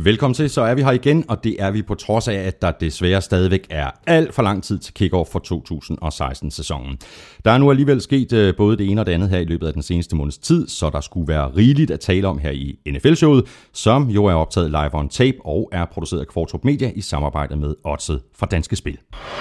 Velkommen til, så er vi her igen, og det er vi på trods af, at der desværre stadigvæk er alt for lang tid til kickoff for 2016-sæsonen. Der er nu alligevel sket både det ene og det andet her i løbet af den seneste måneds tid, så der skulle være rigeligt at tale om her i NFL-showet, som jo er optaget live on tape og er produceret af Kvartrup Media i samarbejde med Oddset fra Danske Spil.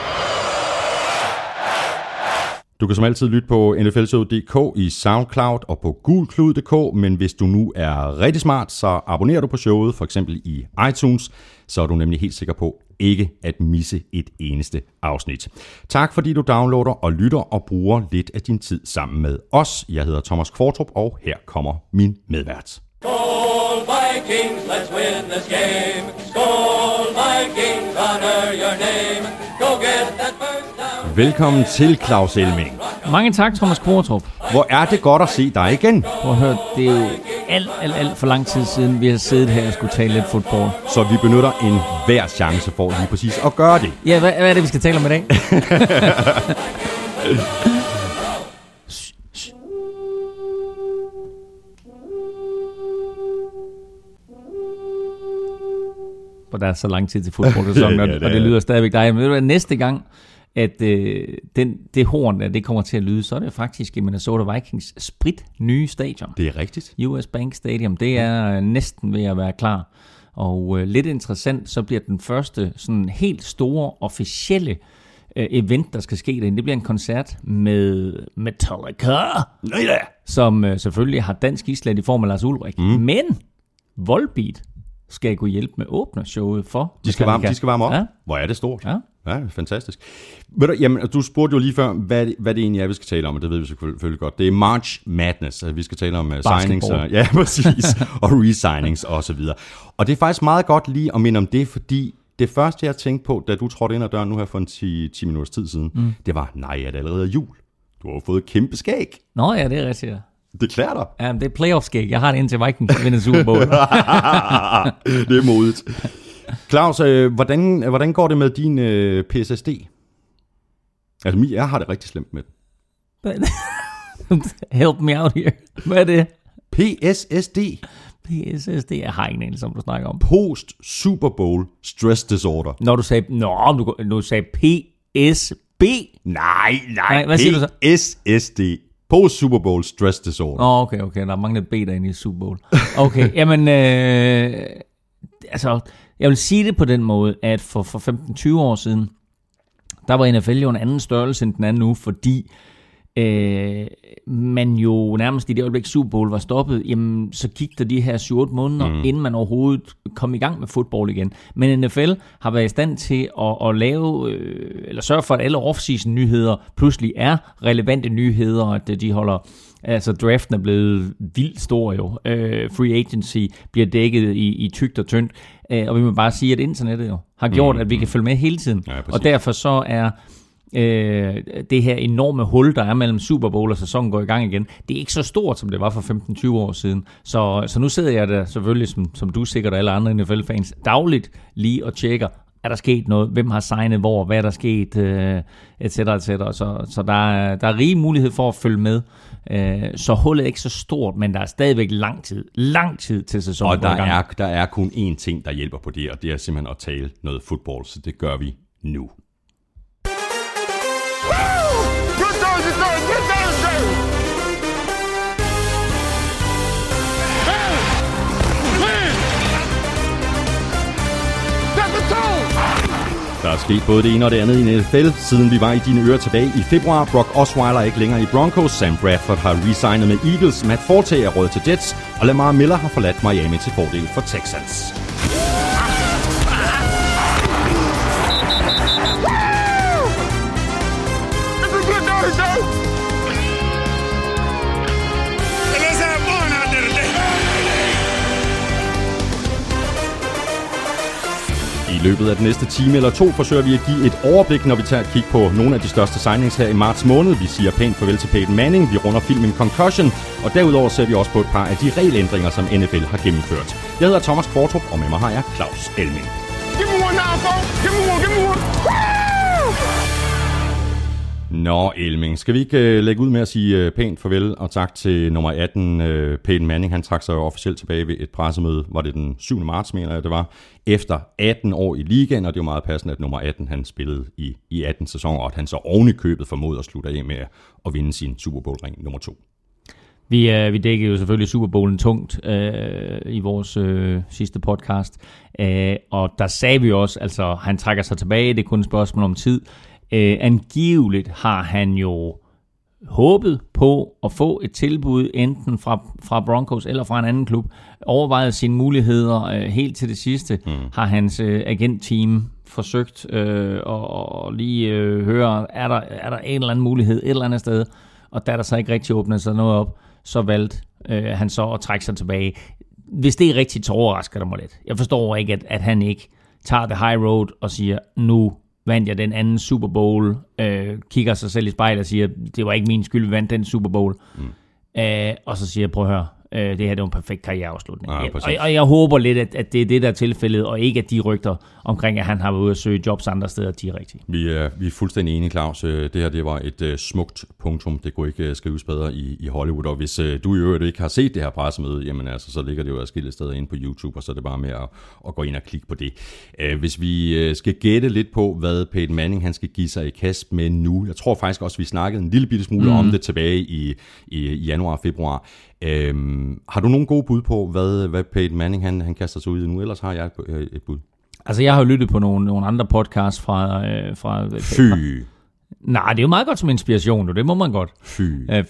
Du kan som altid lytte på nflshowet.dk i SoundCloud og på gulklud.dk, men hvis du nu er rigtig smart, så abonnerer du på showet, for eksempel i iTunes, så er du nemlig helt sikker på ikke at misse et eneste afsnit. Tak fordi du downloader og lytter og bruger lidt af din tid sammen med os. Jeg hedder Thomas Kvartrup, og her kommer min medvært. Skål Vikings, let's win this game. Skål Vikings, honor your name. Go get that first down. Velkommen til, Claus Elming. Mange tak, Thomas Kvartrup. Hvor er det godt at se dig igen. Prøv at høre, det er jo alt for lang tid siden, vi har siddet her og skulle tale lidt fodbold. Så vi benytter enhver chance for lige præcis at gøre det. Ja, hvad er det, vi skal tale om i dag? For der er så lang tid til fodboldsæsonen, og det lyder stadigvæk dejligt. Men ved du hvad, næste gang, at det horn, der det kommer til at lyde, så er det faktisk i Minnesota Vikings sprit nye stadion. Det er rigtigt. US Bank Stadium, det er næsten ved at være klar. Og lidt interessant, så bliver den første sådan helt store officielle event, der skal ske derinde. Det bliver en koncert med Metallica, som selvfølgelig har dansk islet i form af Lars Ulrik. Men Volbeat skal kunne hjælpe med åbnershowet for De skal varme op. Ja. Hvor er det stort. Ja, fantastisk. Jamen, du spurgte jo lige før, hvad det egentlig er, vi skal tale om, og det ved vi selvfølgelig godt. Det er March Madness, altså vi skal tale om signings, ja, præcis, og re-signings og så videre. Og det er faktisk meget godt lige at minde om det, fordi det første, jeg tænkte på, da du trådte ind ad døren nu her for en 10 minutters tid siden, det var, nej, er det allerede jul? Du har jo fået kæmpe skæg. Nå ja, det er rigtigt, ja. Det klæder dig. Ja, det er playoff-skæg. Jeg har det indtil Vikings vinder Super Bowl. Det er modigt. Claus, hvordan går det med din PSSD? Altså, jeg har det rigtig slemt med den. Help me out here. Hvad er det? PSSD? PSSD, jeg har ingen anelse, som du snakker om. Post Super Bowl Stress Disorder. Når du sagde, du sagde PSB. Nej, hvad siger du så? PSSD. Post Super Bowl Stress Disorder. Okay, der er mange B derinde i Super Bowl. Okay, jamen, altså, jeg vil sige det på den måde, at for 15-20 år siden, der var NFL jo en anden størrelse end den anden nu, fordi man jo nærmest i det øjeblik Super Bowl var stoppet, jamen så gik der de her 7-8 måneder, inden man overhovedet kom i gang med fodbold igen. Men NFL har været i stand til at lave, eller sørge for, at alle off-season nyheder pludselig er relevante nyheder, at de holder, altså draften er blevet vildt stor jo. Free agency bliver dækket i tykt og tyndt, og vi må bare sige, at internettet jo har gjort, at vi kan følge med hele tiden. Ja, og derfor så er det her enorme hul, der er mellem Super Bowl og sæsonen går i gang igen, det er ikke så stort, som det var for 15-20 år siden. Så nu sidder jeg der selvfølgelig, som du sikkert og alle andre NFL-fans, dagligt lige og tjekker, er der sket noget, hvem har signet hvor, hvad er der sket, etc. Så der er rig mulighed for at følge med. Så hullet er ikke så stort, men der er stadigvæk lang tid til sæsonen. Og der er kun én ting, der hjælper på det, og det er simpelthen at tale noget fodbold, så det gør vi nu. Der er sket både det ene og det andet i NFL, siden vi var i dine ører tilbage i februar. Brock Osweiler er ikke længere i Broncos, Sam Bradford har resignet med Eagles, Matt Forte er råd til Jets, og Lamar Miller har forladt Miami til fordel for Texans. I løbet af den næste time eller to forsøger vi at give et overblik, når vi tager et kig på nogle af de største signings her i marts måned. Vi siger pænt farvel til Peyton Manning, vi runder filmen Concussion, og derudover ser vi også på et par af de regelændringer, som NFL har gennemført. Jeg hedder Thomas Kvartrup, og med mig har jeg Claus Elming. Nå, Elming, skal vi ikke lægge ud med at sige pænt farvel og tak til nummer 18, Peyton Manning. Han trak sig jo officielt tilbage ved et pressemøde, var det den 7. marts, mener jeg det var, efter 18 år i ligaen, og det er jo meget passende, at nummer 18 han spillede i 18 sæsoner, og at han så oven i købet formåede at slutte af med at vinde sin Super Bowl-ring nummer 2. Vi dækkede jo selvfølgelig Super Bowlen tungt i vores sidste podcast, og der sagde vi også, altså han trækker sig tilbage, det er kun et spørgsmål om tid. Angiveligt har han jo håbet på at få et tilbud enten fra Broncos eller fra en anden klub, overvejet sine muligheder helt til det sidste, har hans agentteam forsøgt at lige høre, er der en eller anden mulighed et eller andet sted, og da der så ikke rigtig åbnede sig noget op, så valgte han så at trække sig tilbage. Hvis det er rigtigt, så overrasker det mig lidt. Jeg forstår ikke, at han ikke tager the high road og siger, nu vandt jeg den anden Super Bowl, kigger sig selv i spejlet og siger, det var ikke min skyld, vi vandt den Super Bowl. Og så siger jeg, prøv at høre, det her det var en perfekt karriereafslutning. Ja, og jeg håber lidt, at det er det, der er tilfældet, og ikke at de rygter omkring, at han har været ude at søge jobs andre steder, de er rigtige. Vi er fuldstændig enige, Claus. Det her det var et smukt punktum. Det kunne ikke skrives bedre i Hollywood, og hvis du i øvrigt ikke har set det her pressemøde, jamen altså, så ligger det jo adskillige steder inde på YouTube, og så er det bare med at gå ind og klikke på det. Hvis vi skal gætte lidt på, hvad Peyton Manning han skal give sig i kast med nu, jeg tror faktisk også, vi snakkede en lille bitte smule om det tilbage i januar og februar. Har du nogen gode bud på, hvad Peyton Manning han kaster sig ud i nu? Ellers har jeg et bud. Altså, jeg har jo lyttet på nogle andre podcasts fra Fy. Nej, det er jo meget godt som inspiration, det må man godt. Fy.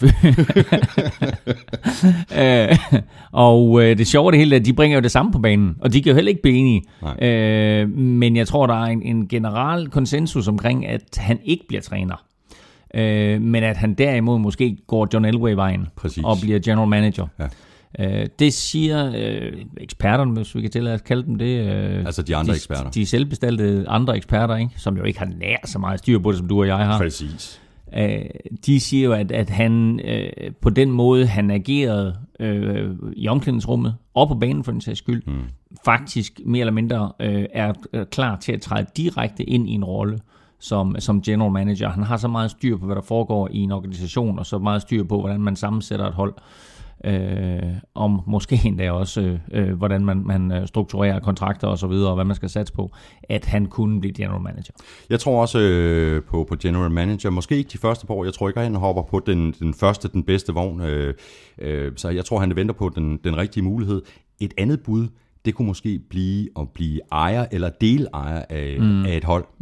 Og det sjove det hele, at de bringer jo det samme på banen, og de kan jo heller ikke blive enige. Men jeg tror, der er en general konsensus omkring, at han ikke bliver træner. Men at han derimod måske går John Elway-vejen og bliver general manager. Ja. Det siger eksperterne, hvis vi kan tillade at kalde dem det. Altså de andre eksperter. De selvbestaltede andre eksperter, ikke? Som jo ikke har nær så meget styr på det, som du og jeg har. Præcis. De siger jo, at han på den måde, han agerede i omklædningsrummet og på banen for den sags skyld, faktisk mere eller mindre er klar til at træde direkte ind i en rolle som general manager. Han har så meget styr på, hvad der foregår i en organisation, og så meget styr på, hvordan man sammensætter et hold. Om måske endda også, hvordan man strukturerer kontrakter og så videre, og hvad man skal satse på, at han kunne blive general manager. Jeg tror også på general manager, måske ikke de første par år, jeg tror ikke, at han hopper på den første, den bedste vogn, så jeg tror, han venter på den rigtige mulighed. Et andet bud, det kunne måske blive at blive ejer eller delejer af et hold.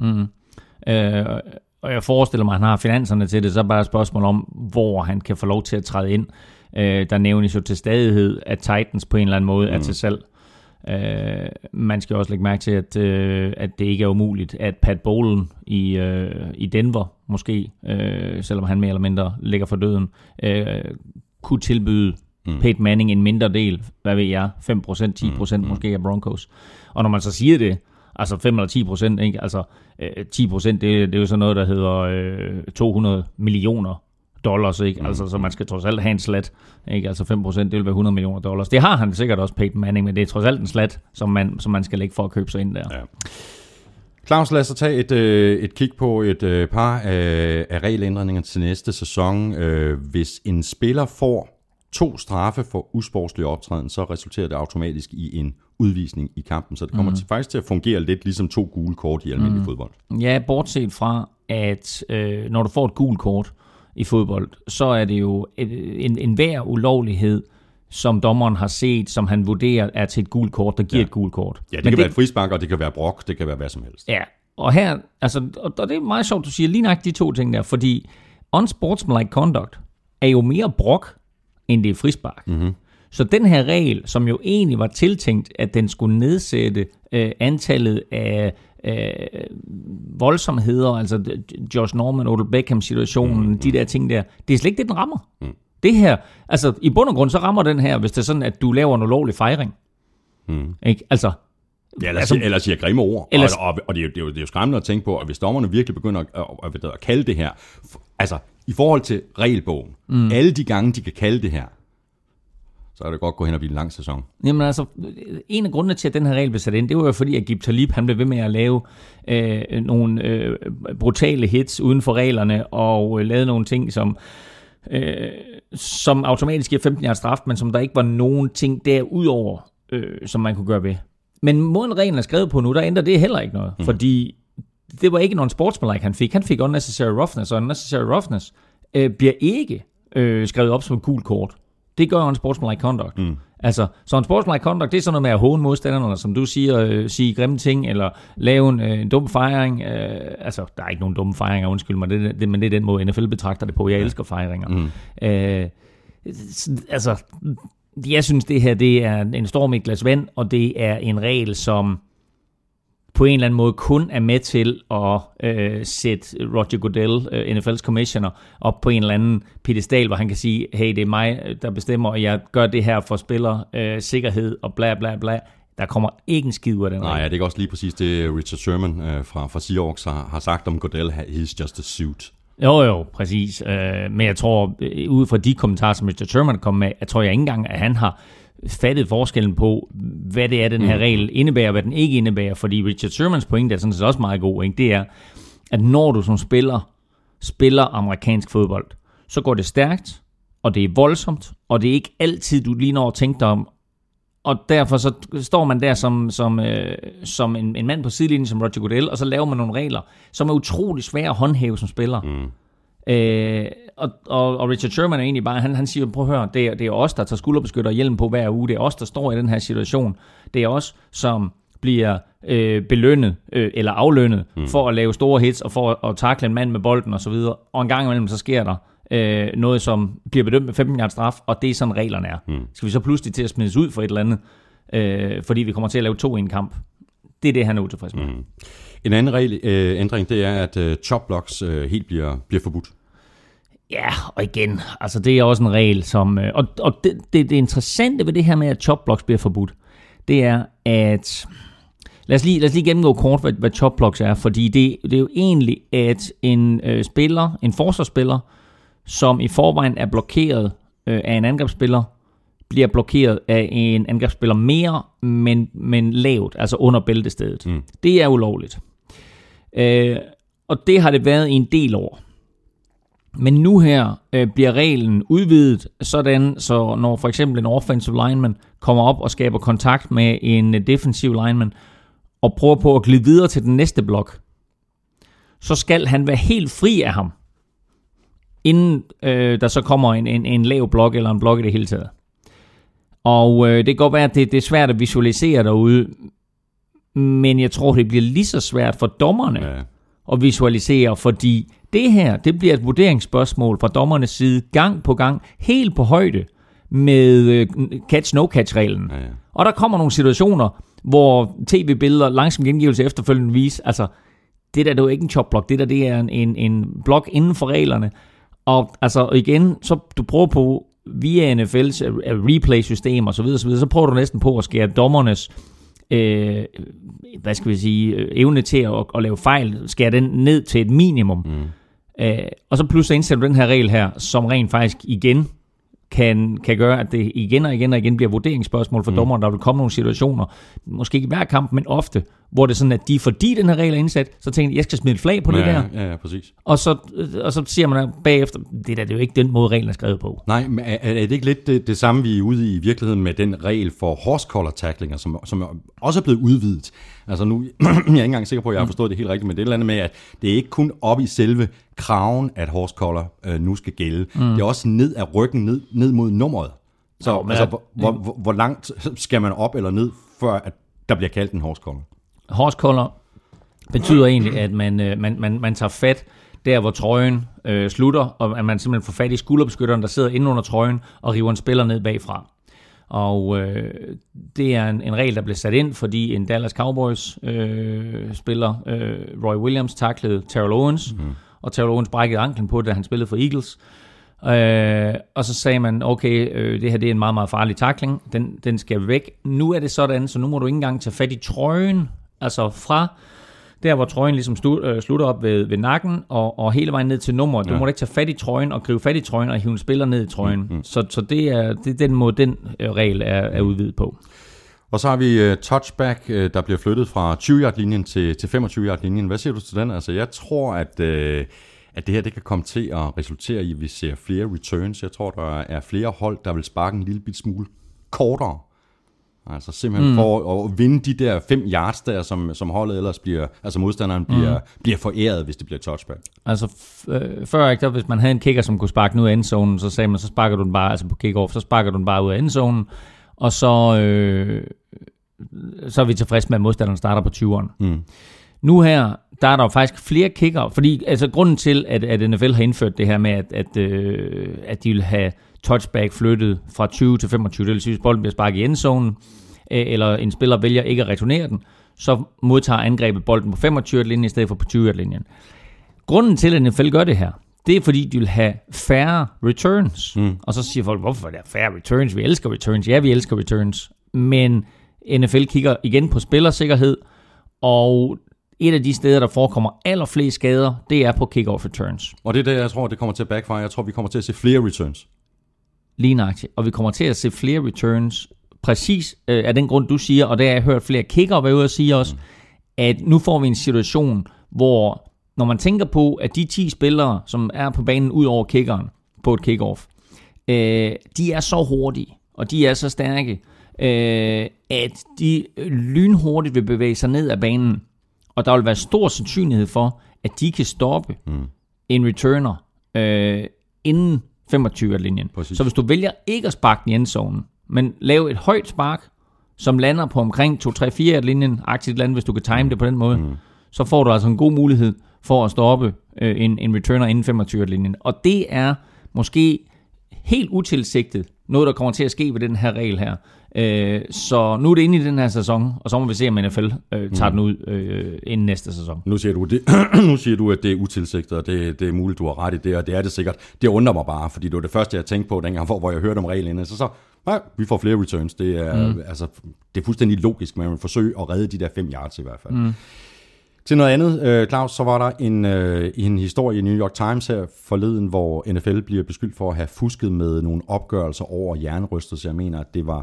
Og jeg forestiller mig, at han har finanserne til det, så er bare et spørgsmål om, hvor han kan få lov til at træde ind. Der nævnes jo til stadighed, at Titans på en eller anden måde er til salg. Man skal også lægge mærke til, at det ikke er umuligt, at Pat Bowlen i Denver, måske, selvom han mere eller mindre ligger for døden, kunne tilbyde Peyton Manning en mindre del, hvad ved jeg, 5%, 10% måske af Broncos. Og når man så siger det, altså 5 eller 10%, ikke? Altså 10%, det er jo sådan noget, der hedder $200 million, ikke? Altså, så man skal trods alt have en slat, ikke? Altså 5%, det vil være $100 million. Det har han sikkert også, Peyton Manning, men det er trods alt en slat, som man skal lægge for at købe sig ind der. Ja. Claus, lad os tage et kig på et par af regelændringer til næste sæson. Hvis en spiller får 2 straffe for usportslig optræden, så resulterer det automatisk i en udvisning i kampen, så det kommer faktisk til at fungere lidt ligesom 2 gule kort i almindelig fodbold. Ja, bortset fra, at når du får et gult kort i fodbold, så er det jo en hver ulovlighed, som dommeren har set, som han vurderer er til et gult kort, der giver et gult kort. Ja, det kan være et frispark, og det kan være brok, det kan være hvad som helst. Ja, og her, altså, og det er meget sjovt, du siger lige nok de 2 ting der, fordi unsportsmanlike conduct er jo mere brok, end det er frispark. Så den her regel, som jo egentlig var tiltænkt, at den skulle nedsætte antallet af voldsomheder, altså Josh Norman, Odell Beckham-situationen, de der ting der, det er slet ikke det, den rammer. Det her, altså i bund og grund, så rammer den her, hvis det er sådan, at du laver en ulovlig fejring. Ikke? Altså, ja, eller siger grimme ord. Og det er jo skræmmende at tænke på, at hvis dommerne virkelig begynder at kalde det her, altså i forhold til regelbogen, alle de gange, de kan kalde det her, så er det godt gå hen og blive en lang sæson. Jamen altså, en af grundene til, at den her regel blev sat ind, det var jo fordi, at Aqib Talib, han blev ved med at lave nogle brutale hits uden for reglerne, og lavede nogle ting, som automatisk giver 15 yards straf, men som der ikke var nogen ting derudover, som man kunne gøre ved. Men måden reglen er skrevet på nu, der ændrer det heller ikke noget, fordi det var ikke nogen sportsmanlike, han fik. Han fik unnecessary roughness, og unnecessary roughness bliver ikke skrevet op som et gult kort. Det gør jo en sportsmanlike conduct. Altså, så en sportsmanlike conduct, det er sådan noget med at håne modstanderne, som du siger, sige grimme ting, eller lave en dum fejring. Altså, der er ikke nogen dumme fejringer, undskyld mig, men det er den måde, NFL betragter det på. Jeg elsker fejringer. Altså, jeg synes, det her det er en storm i et glas vand, og det er en regel, som på en eller anden måde kun er med til at sætte Roger Goodell, NFL's commissioner, op på en eller anden pedestal, hvor han kan sige, hey, det er mig, der bestemmer, og jeg gør det her for spillersikkerhed og bla bla bla. Der kommer ikke en skid ud af den regel. Nej, det er også lige præcis det, Richard Sherman fra Seahawks har sagt om Goodell, he's just a suit. Jo, præcis. Men jeg tror, ud fra de kommentarer, som Richard Sherman kom med, jeg tror ikke engang, at han har fattet forskellen på, hvad det er, den her regel indebærer, hvad den ikke indebærer. Fordi Richard Shermans pointe er sådan set også meget god. Ikke? Det er, at når du som spiller amerikansk fodbold, så går det stærkt, og det er voldsomt, og det er ikke altid, du lige når at tænke dig om. Og derfor så står man der som en mand på sidelinjen som Roger Goodell, og så laver man nogle regler, som er utrolig svære at håndhæve som spiller. Og Richard Sherman er egentlig bare, han siger, prøv at høre, det er os, der tager skulderbeskytter og hjelm på hver uge, det er os, der står i den her situation, det er os, som bliver belønnet eller aflønnet for at lave store hits, og for at tackle en mand med bolden og så videre, og en gang imellem så sker der noget, som bliver bedømt med 15 yards straf, og det er sådan reglerne er. Skal vi så pludselig til at smides ud for et eller andet, fordi vi kommer til at lave 2 i en kamp? Det er det, han er utilfreds med. En anden regelændring, det er, at chop blocks helt bliver forbudt. Ja, og igen, altså det er også en regel, som... Og det interessante ved det her med, at chop blocks bliver forbudt, det er, at... Lad os lige gennemgå kort, hvad chop blocks er, fordi det er jo egentlig, at en forsvarsspiller, som i forvejen er blokeret af en angrebsspiller, bliver blokeret af en angrebsspiller mere, men lavt, altså under bæltestedet. Det er ulovligt. Og det har det været i en del år. Men nu her bliver reglen udvidet, sådan så når for eksempel en offensive lineman kommer op og skaber kontakt med en defensive lineman, og prøver på at glide videre til den næste blok, så skal han være helt fri af ham, inden der så kommer en lav blok eller en blok i det hele taget. Og det kan godt være, at det er svært at visualisere derude, men jeg tror, det bliver lige så svært for dommerne at visualisere, fordi det her, det bliver et vurderingsspørgsmål fra dommernes side gang på gang, helt på højde med catch-no-catch-reglen. Og der kommer nogle situationer, hvor tv-billeder langsomt gengivelse efterfølgende viser, altså, det der, det er jo ikke en chop-block, det der, det er en blok inden for reglerne. Og altså igen, så du prøver på, via NFL's replay-system og så videre, så prøver du næsten på at skære dommernes evne til at lave fejl, skære den ned til et minimum. Og så pludselig indsætter du den her regel her, som rent faktisk igen kan gøre, at det igen og igen bliver vurderingsspørgsmål for dommeren. Der vil komme nogle situationer, måske ikke hver kamp, men ofte, hvor det er sådan, at fordi den her regel er indsat, så tænker jeg skal smide et flag på det der. Ja, præcis. Og så siger man bagefter, det er jo ikke den måde, reglen er skrevet på. Nej, men er det ikke lidt det samme, vi er ude i virkeligheden med den regel for horse collar tacklinger, som også er blevet udvidet? Altså nu, jeg er ikke engang sikker på, at jeg har forstået det helt rigtigt, men det er et eller andet med, at det er ikke kun op i selve kraven, at horse collar nu skal gælde. Det er også ned af ryggen, ned mod nummeret. Så altså, hvor langt skal man op eller ned, før at der bliver kaldt en horse collar? Horse collar betyder egentlig, at man tager fat der, hvor trøjen slutter, og at man simpelthen får fat i skulderbeskytteren, der sidder inde under trøjen, og river en spiller ned bagfra. Og det er en regel, der blev sat ind, fordi en Dallas Cowboys spiller, Roy Williams, tacklede Terrell Owens, og Terrell Owens brækkede anklen på det, da han spillede for Eagles. Og så sagde man, okay, det her det er en meget, meget farlig tackling, den skal væk. Nu er det sådan, så nu må du ikke engang tage fat i trøjen, altså fra der hvor trøjen ligesom slutter op ved nakken, og hele vejen ned til nummeret. Du må ikke tage fat i trøjen og gribe fat i trøjen og hive en spiller ned i trøjen. Så det er den måde, den regel er udvidet på. Og så har vi touchback, der bliver flyttet fra 20-yard-linjen til 25-yard-linjen. Hvad siger du til den? Altså, jeg tror, at det her det kan komme til at resultere i, at vi ser flere returns. Jeg tror, der er flere hold, der vil sparke en lille bit smule kortere. Altså simpelthen for at vinde de der 5 yards der, som holdet ellers bliver, altså modstanderen bliver foræret, hvis det bliver touchback. Altså før, ikke, der, hvis man havde en kicker, som kunne sparke den ud af endzonen, så sagde man, så sparker du den bare, altså på kickoff, så sparker du den bare ud af endzonen, og så er vi tilfredse med, at modstanderen starter på 20'eren. Nu her, der er der jo faktisk flere kicker, fordi altså grunden til, at NFL har indført det her med, at de vil have touchback flyttet fra 20 til 25, det vil sige, hvis bolden bliver sparket i endzonen, eller en spiller vælger ikke at returnere den, så modtager angrebet bolden på 25-yard-linjen i stedet for på 20-yard-linjen. Grunden til, at NFL gør det her, det er fordi, de vil have færre returns. Og så siger folk, hvorfor er der færre returns? Vi elsker returns. Ja, vi elsker returns. Men NFL kigger igen på spillersikkerhed, og et af de steder, der forekommer allerflest skader, det er på kickoff returns. Og det er det, jeg tror, det kommer til at backfire. Jeg tror, vi kommer til at se flere returns. Lige nøjagtigt. Og vi kommer til at se flere returns, præcis af den grund, du siger, og det har jeg hørt flere kickere være ude og sige også, at nu får vi en situation, hvor når man tænker på, at de 10 spillere, som er på banen ud over kickeren på et kickoff, de er så hurtige, og de er så stærke, at de lynhurtigt vil bevæge sig ned ad banen, og der vil være stor sandsynlighed for, at de kan stoppe en returner inden 25-yard-linjen. Så hvis du vælger ikke at sparke den i endzonen, men lave et højt spark, som lander på omkring 2-3-4-yard-linjen, aktivt land, hvis du kan time det på den måde, så får du altså en god mulighed for at stoppe en returner inden 25-yard-linjen. Og det er måske helt utilsigtet noget, der kommer til at ske ved den her regel her. Så nu er det inde i den her sæson, og så må vi se, om NFL tager den ud inden næste sæson. Nu siger du, at det er utilsigtet, og det er muligt, du har ret i det, og det er det sikkert. Det undrer mig bare, fordi det var det første, jeg tænkte på dengang, hvor jeg hørte om reglen. Så nej, vi får flere returns. Det er, det er fuldstændig logisk, man vil forsøge at redde de der 5 yards i hvert fald. Til noget andet, Claus, så var der en historie i New York Times her forleden, hvor NFL bliver beskyldt for at have fusket med nogle opgørelser over hjernerystelse. Jeg mener, at det var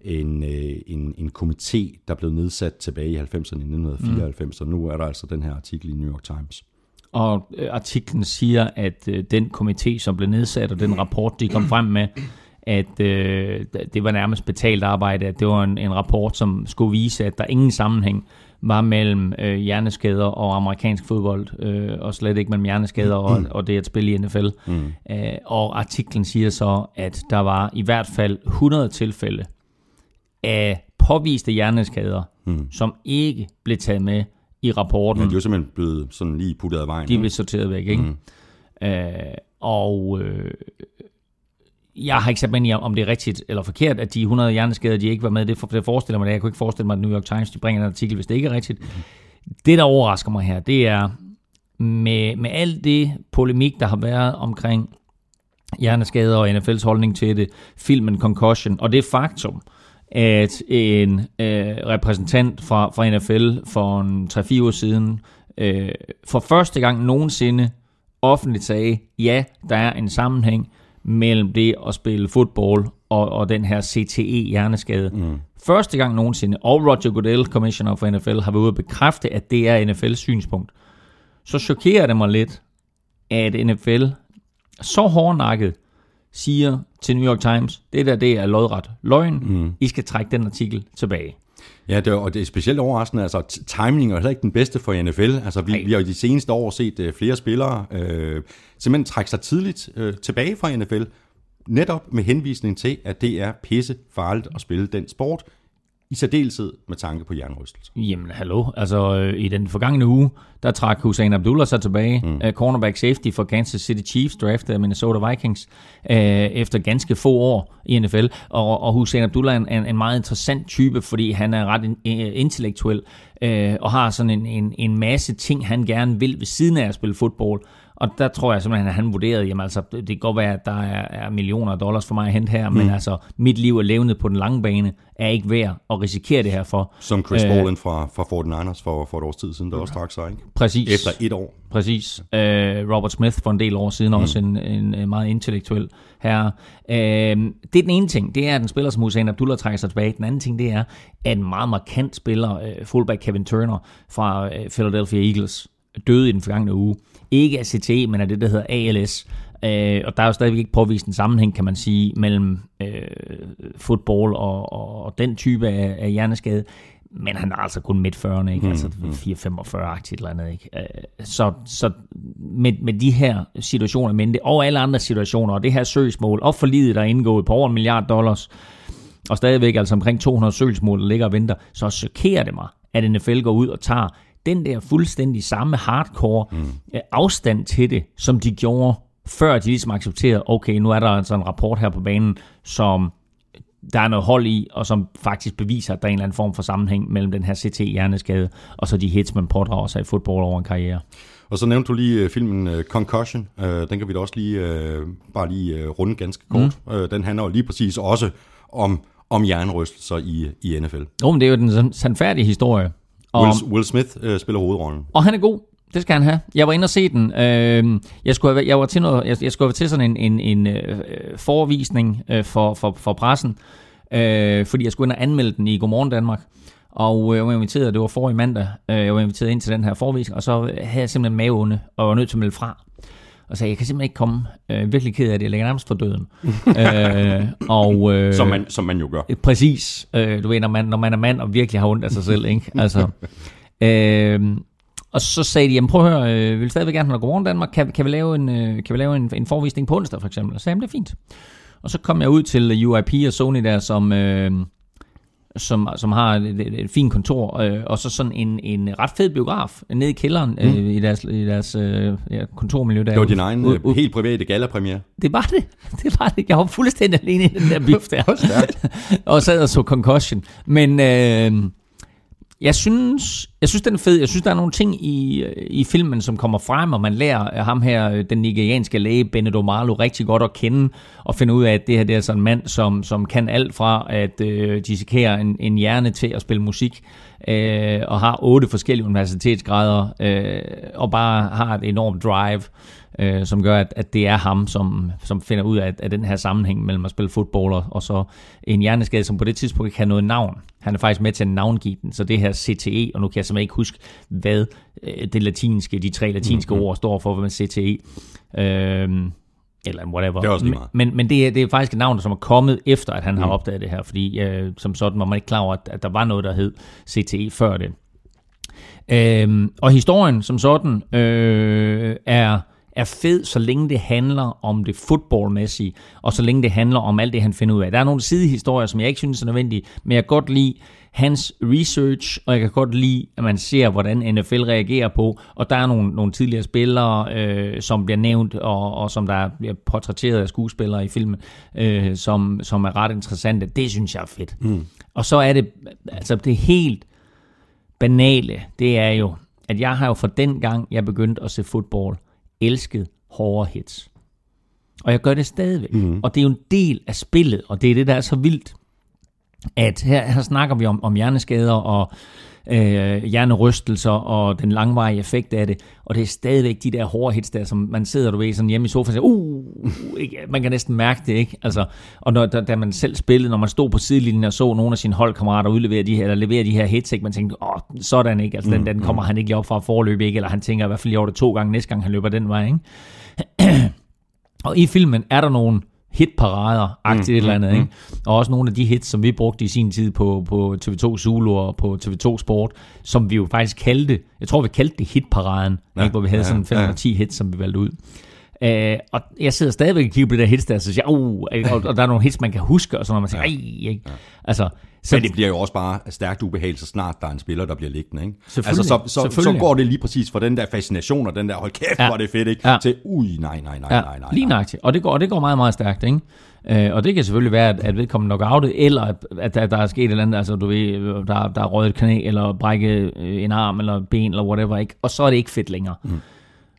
en komité, der blev nedsat tilbage i 90'erne, i 1994, og nu er der altså den her artikel i New York Times. Og artiklen siger, at den komité, som blev nedsat, og den rapport, de kom frem med, at det var nærmest betalt arbejde, at det var en rapport, som skulle vise, at der ingen sammenhæng var mellem hjerneskader og amerikansk fodbold, og slet ikke mellem hjerneskader og det at spille i NFL. Og artiklen siger så, at der var i hvert fald 100 tilfælde af påviste hjerneskader, som ikke blev taget med i rapporten. Men de er jo simpelthen blevet sådan lige puttet af vejen. De blev sorteret væk, ikke? Jeg har ikke sat mig ind i, om det er rigtigt eller forkert, at de 100 hjerneskader, de ikke var med. Det forestiller mig det. Jeg kunne ikke forestille mig, at New York Times de bringer en artikel, hvis det ikke er rigtigt. Det, der overrasker mig her, det er med alt det polemik, der har været omkring hjerneskader og NFL's holdning til det, filmen Concussion, og det faktum, at en repræsentant fra NFL for 3-4 år siden for første gang nogensinde offentligt sagde, ja, der er en sammenhæng mellem det at spille fodbold og den her CTE-hjerneskade. Første gang nogensinde, og Roger Goodell, commissioner for NFL, har været ude at bekræfte, at det er NFL's synspunkt. Så chokerer det mig lidt, at NFL så hårdnakket siger til New York Times, det er lodret løgn, I skal trække den artikel tilbage. Ja, og det er specielt overraskende, altså timing er heller ikke den bedste for NFL. Altså vi har jo de seneste år set flere spillere simpelthen trække sig tidligt tilbage fra NFL, netop med henvisning til, at det er pisse farligt at spille den sport, i særdeleshed med tanke på hjernerystelse. Jamen hallo, altså i den forgangne uge, der trak Hussein Abdullah sig tilbage, cornerback safety for Kansas City Chiefs, draftet af Minnesota Vikings, efter ganske få år i NFL, og Hussein Abdullah er en meget interessant type, fordi han er ret intellektuel, og har sådan en masse ting, han gerne vil ved siden af at spille fodbold, Og der tror jeg simpelthen, at han vurderede, jamen altså, det kan godt være, at der er millioner af dollars for mig at hente her, men altså, mit liv er levnet på den lange bane, er ikke værd at risikere det her for. Som Chris Paul fra 49ers for et års tid siden, der også trak sig, ikke? Præcis. Efter 1 år. Præcis. Robert Smith for en del år siden, også en meget intellektuel herre. Det er den ene ting, det er, at en spiller som Hussein Abdullah trækker sig tilbage. Den anden ting, det er, at en meget markant spiller, fullback Kevin Turner fra Philadelphia Eagles, døde i den forgangne uge. Ikke af CTE, men af det, der hedder ALS. Og der er jo stadigvæk ikke påvist en sammenhæng, kan man sige, mellem fodbold og den type af hjerneskade. Men han er altså kun midt-40'erne, ikke? Altså 4-45-agtigt eller andet, ikke? Så med de her situationer, men det, og alle andre situationer, og det her søgsmål, og forlidet, der er indgået på over $1 milliard, og stadigvæk altså omkring 200 søgsmål, der ligger og venter, så chokerer det mig, at NFL går ud og tager den der fuldstændig samme hardcore afstand til det, som de gjorde, før de ligesom accepterede, okay, nu er der altså en rapport her på banen, som der er noget hold i, og som faktisk beviser, at der er en eller anden form for sammenhæng mellem den her CT-hjerneskade, og så de hits, man pådrager sig i fodbold over en karriere. Og så nævnte du lige filmen Concussion. Den kan vi da også lige runde ganske kort. Den handler jo lige præcis også om hjernerystelser i NFL. Jo, men det er jo den sandfærdige historie. Will Smith spiller hovedrollen. Og han er god. Det skal han have. Jeg var inde og se den. Jeg skulle have til sådan en forvisning for pressen, fordi jeg skulle ind og anmelde den i Godmorgen Danmark. Og jeg var inviteret, det var forrige mandag, jeg var inviteret ind til den her forvisning, og så havde jeg simpelthen maveonde, og var nødt til at melde fra. Og sagde, jeg kan simpelthen ikke komme. Virkelig ked af det, jeg ligger nærmest for døden. Som man jo gør. Præcis. Du ved, når man er mand og virkelig har ondt af sig selv, ikke? Altså... Og så sagde de, jamen prøv at høre, vil stadigvæk gerne have Godmorgen Danmark, kan vi lave en forvisning på onsdag for eksempel? Og så sagde jeg, det er fint. Og så kom jeg ud til UIP og Sony der, som har et fint kontor, og så sådan en ret fed biograf nede i kælderen i deres kontormiljø der. Det var din egen helt private gala-premiere. Det var det. Jeg var fuldstændig alene i den der biff der. Og sad og så Concussion. Men... Jeg synes, den er fed. Jeg synes, der er nogle ting i filmen, som kommer frem, og man lærer af ham her, den nigerianske læge, Benedict Omalu, rigtig godt at kende, og finde ud af, at det her det er sådan en mand, som kan alt fra at dissekere en hjerne til at spille musik, og har 8 forskellige universitetsgrader, og bare har et enormt drive, som gør, at det er ham, som finder ud af den her sammenhæng mellem at spille fodbold og så en hjerneskade, som på det tidspunkt ikke har noget navn. Han er faktisk med til at navngive den, så det her CTE, og nu kan jeg simpelthen ikke huske, hvad de 3 latinske ord står for, hvad man CTE, eller whatever. Det er også lige meget. Men det er faktisk et navn, som er kommet efter, at han har opdaget det her, fordi som sådan var man ikke klar over, at der var noget, der hed CTE før det. Og historien som sådan er fed, så længe det handler om det fodboldmæssige, og så længe det handler om alt det, han finder ud af. Der er nogle sidehistorier, som jeg ikke synes er nødvendige, men jeg kan godt lide hans research, og jeg kan godt lide, at man ser, hvordan NFL reagerer på, og der er nogle tidligere spillere, som bliver nævnt, og som der bliver portrætteret af skuespillere i filmen, som er ret interessante. Det synes jeg er fedt. Og så er det, altså det helt banale, det er jo, at jeg har jo fra den gang, jeg begyndte at se fodbold, elsket hårde hits. Og jeg gør det stadigvæk. Og det er jo en del af spillet, og det er det, der er så vildt, at her snakker vi om hjerneskader og hjernerystelser og den langvarige effekt af det, og det er stadigvæk de der hårde hits der, som man sidder, du ved, sådan hjemme i sofaen og siger, man kan næsten mærke det, ikke? Altså, og da man selv spillede, når man stod på sidelinjen og så nogle af sine holdkammerater levere de her hits, ikke? Man tænkte, sådan ikke, altså den kommer han ikke lige op fra forløb, ikke? Eller han tænker i hvert fald, jeg det 2 gange, næste gang han løber den vej, ikke? Og i filmen er der nogle hitparader-agtigt et eller andet, ikke? Og også nogle af de hits, som vi brugte i sin tid på TV2 Zulu og på TV2 Sport, som vi jo faktisk kaldte, jeg tror vi kaldte det hitparaden, ikke? Hvor vi havde sådan 510 hits, som vi valgte ud. Og jeg sidder stadigvæk og kigger på det der hits der, så siger og der er nogle hits, man kan huske, og så når man siger, ikke? Altså, men det bliver jo også bare stærkt ubehageligt, så snart der er en spiller, der bliver liggende, ikke? Altså, så går det lige præcis fra den der fascination, og den der, hold kæft, hvor det er fedt, ikke? Til, nej. Lige nøjagtigt. Og det går meget, meget stærkt, ikke? Og det kan selvfølgelig være, at vedkommende nok outet, eller at der er sket et eller andet, altså du ved, der er røget et knæ, eller brækket en arm, eller ben, eller whatever, ikke? Og så er det ikke fedt længere.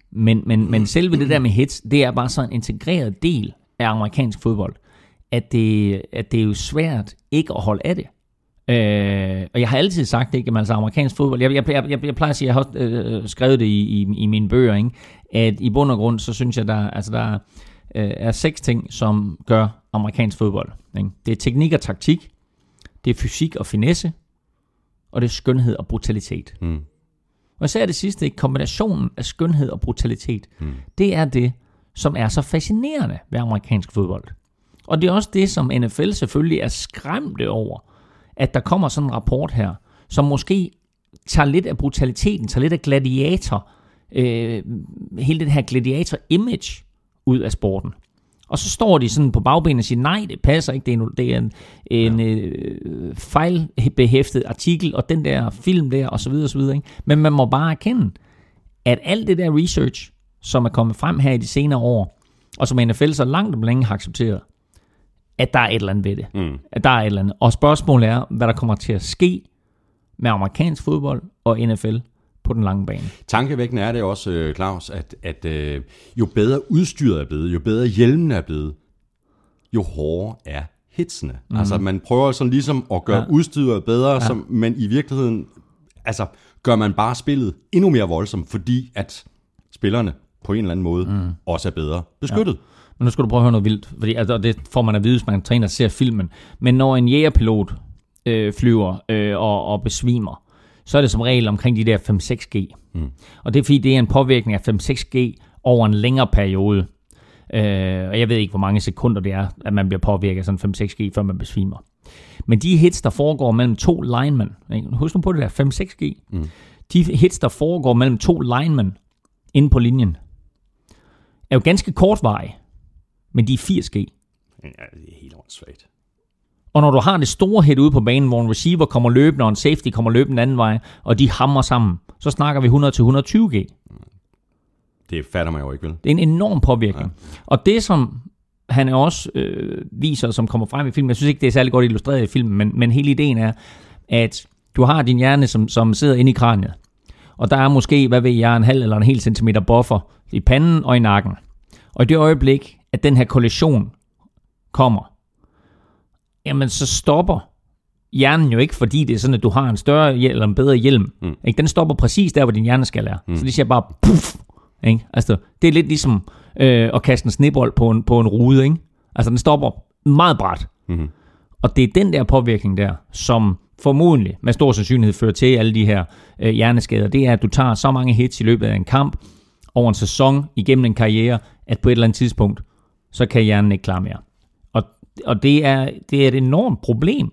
Men selve det der med hits, det er bare så en integreret del af amerikansk fodbold, at det er jo svært ikke at holde af det. Og jeg har altid sagt det, ikke? Altså amerikansk fodbold, jeg plejer at sige, jeg har skrevet det i mine bøger, ikke? At i bund og grund, så synes jeg, der er 6 ting, som gør amerikansk fodbold. Ikke? Det er teknik og taktik, det er fysik og finesse, og det er skønhed og brutalitet. Og så er det sidste, ikke? Kombinationen af skønhed og brutalitet, det er det, som er så fascinerende ved amerikansk fodbold. Og det er også det, som NFL selvfølgelig er skræmte over, at der kommer sådan en rapport her, som måske tager lidt af brutaliteten, tager lidt af gladiator, hele det her gladiator-image ud af sporten. Og så står de sådan på bagbenene og siger, nej, det passer ikke, det er en fejlbehæftet artikel, og den der film der, og så videre, og så videre. Ikke? Men man må bare erkende, at alt det der research, som er kommet frem her i de senere år, og som NFL så langt om længe har accepteret, at der er et eller andet ved det. At der er et eller andet. Og spørgsmålet er, hvad der kommer til at ske med amerikansk fodbold og NFL på den lange bane. Tankevækkende er det også, Claus, at jo bedre udstyret er blevet, jo bedre hjelmen er blevet, jo hårdere er hitsene. Altså man prøver sådan ligesom at gøre udstyret bedre, men i virkeligheden gør man bare spillet endnu mere voldsomt, fordi at spillerne på en eller anden måde også er bedre beskyttet. Ja. Men nu skal du prøve at høre noget vildt, fordi det får man at vide, hvis man træner og ser filmen. Men når en jægerpilot flyver og besvimer, så er det som regel omkring de der 5-6G. Og det er fordi, det er en påvirkning af 5-6G over en længere periode. Og jeg ved ikke, hvor mange sekunder det er, at man bliver påvirket af sådan 5-6G, før man besvimer. Men de hits, der foregår mellem 2 linemen, husk nu på det der 5-6G, de hits, der foregår mellem 2 linemen inde på linjen, er jo ganske kortvarige, men de er 80G. Ja, det er helt åndssvagt. Og når du har det store hit ude på banen, hvor en receiver kommer løbende, og en safety kommer løbende den anden vej, og de hammer sammen, så snakker vi 100-120G. Det fatter man jo ikke, vel? Det er en enorm påvirkning. Ja. Og det, som han også viser, som kommer frem i filmen, jeg synes ikke, det er særlig godt illustreret i filmen, men hele ideen er, at du har din hjerne, som sidder inde i kraniet, og der er måske, hvad ved jeg, en halv eller en hel centimeter buffer i panden og i nakken. Og i det øjeblik, at den her kollision kommer, jamen så stopper hjernen jo ikke, fordi det er sådan, at du har en større eller en bedre hjelm. Ikke? Den stopper præcis der, hvor din hjerne skal være. Så det siger bare, puff! Ikke? Altså, det er lidt ligesom at kaste en snebold på en rude. Ikke? Altså, den stopper meget brat. Og det er den der påvirkning der, som formodentlig med stor sandsynlighed fører til alle de her hjerneskader. Det er, at du tager så mange hits i løbet af en kamp, over en sæson, igennem en karriere, at på et eller andet tidspunkt, så kan hjernen ikke klare mere. Og det er et enormt problem,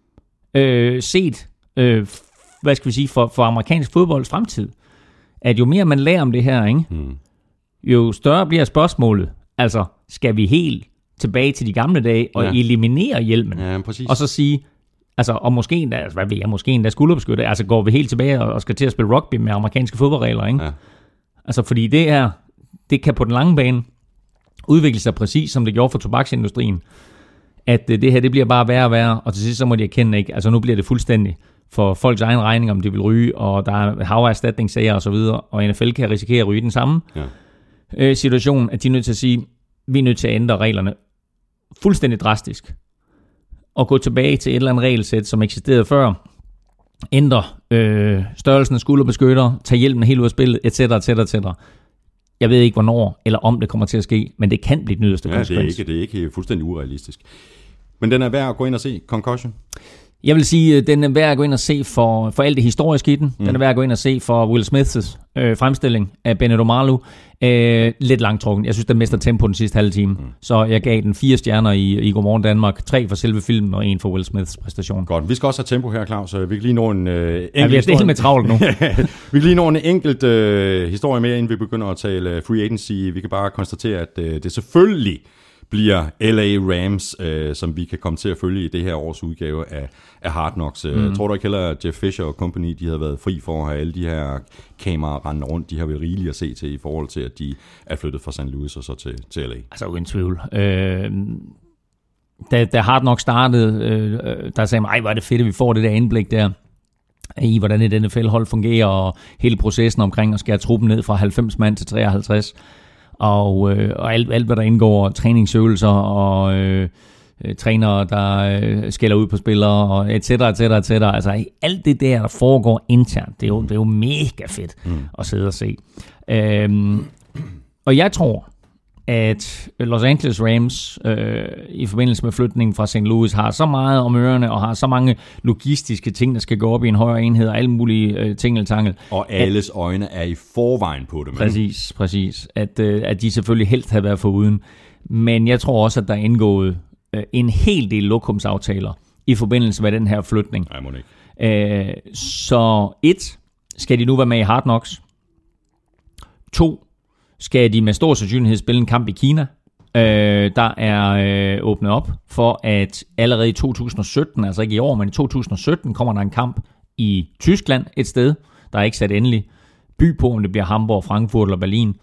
set, hvad skal vi sige, for amerikansk fodbolds fremtid. At jo mere man lærer om det her, ikke, jo større bliver spørgsmålet. Altså, skal vi helt tilbage til de gamle dage og eliminere hjelmen? Ja, præcis. Og så sige, altså, og måske endda, altså, hvad ved jeg, måske endda skulderbeskytte, altså går vi helt tilbage og skal til at spille rugby med amerikanske fodboldregler, ikke? Ja. Altså, fordi det kan på den lange bane udvikle sig præcis, som det gjorde for tobaksindustrien. At det her, det bliver bare værre og værre, og til sidst så må de erkende, ikke? Altså nu bliver det fuldstændig for folks egen regning, om de vil ryge, og der er haverstatningssager og så videre, og NFL kan risikere at ryge den samme situation, at de er nødt til at sige, vi er nødt til at ændre reglerne fuldstændig drastisk, og gå tilbage til et eller andet regelsæt, som eksisterede før, ændre størrelsen af skulderbeskytter, tage hjelmen helt ud af spillet, etc., etc., etc. Jeg ved ikke, hvornår eller om det kommer til at ske, men det kan blive den yderste konsekvens. Det er ikke fuldstændig urealistisk. Men den er værd at gå ind og se, Concussion? Jeg vil sige, at den er værd at gå ind og se for alt det historiske i den. Den er værd at gå ind og se for Will Smiths fremstilling af Benedict Omalu. Lidt langtrukken. Jeg synes, den mister tempo den sidste halve time. Så jeg gav den 4 stjerner i Godmorgen Danmark. 3 for selve filmen og 1 for Will Smiths præstation. Godt. Vi skal også have tempo her, Claus. Så vi kan lige nå en enkelt vi er helt med travlt nu. Vi kan lige nå en enkelt historie mere, inden vi begynder at tale free agency. Vi kan bare konstatere, at det selvfølgelig bliver LA Rams, som vi kan komme til at følge i det her års udgave af Hard Knocks. Jeg tror du ikke heller, at Jeff Fisher og company, de havde været fri for at have alle de her kameraer rendende rundt. De har været rigeligt at se til i forhold til, at de er flyttet fra St. Louis og så til LA. Altså uden tvivl. Da Hard Knocks startede, der sagde man, ej, hvor er det fedt, at vi får det der indblik der. i hvordan et NFL-hold fungerer, og hele processen omkring at skære truppen ned fra 90 mand til 53, og alt hvad der indgår, træningsøvelser og trænere, der skælder ud på spillere, og et cetera. Altså alt det der foregår internt, det er jo mega fedt at sidde og se. Og jeg tror, at Los Angeles Rams i forbindelse med flytningen fra St. Louis har så meget om ørerne, og har så mange logistiske ting, der skal gå op i en højere enhed, og alle mulige tingeltangel. Og alles øjne er i forvejen på det. Præcis. At de selvfølgelig helst havde været foruden. Men jeg tror også, at der er indgået en hel del lokumsaftaler i forbindelse med den her flytning. Nej, må ikke. Så 1, skal de nu være med i Hard Knocks? 2, skal de med stor sandsynlighed spille en kamp i Kina. Der er åbnet op for, at allerede i 2017, altså ikke i år, men i 2017, kommer der en kamp i Tyskland et sted. Der er ikke sat endelig by på, om det bliver Hamburg, Frankfurt eller Berlin.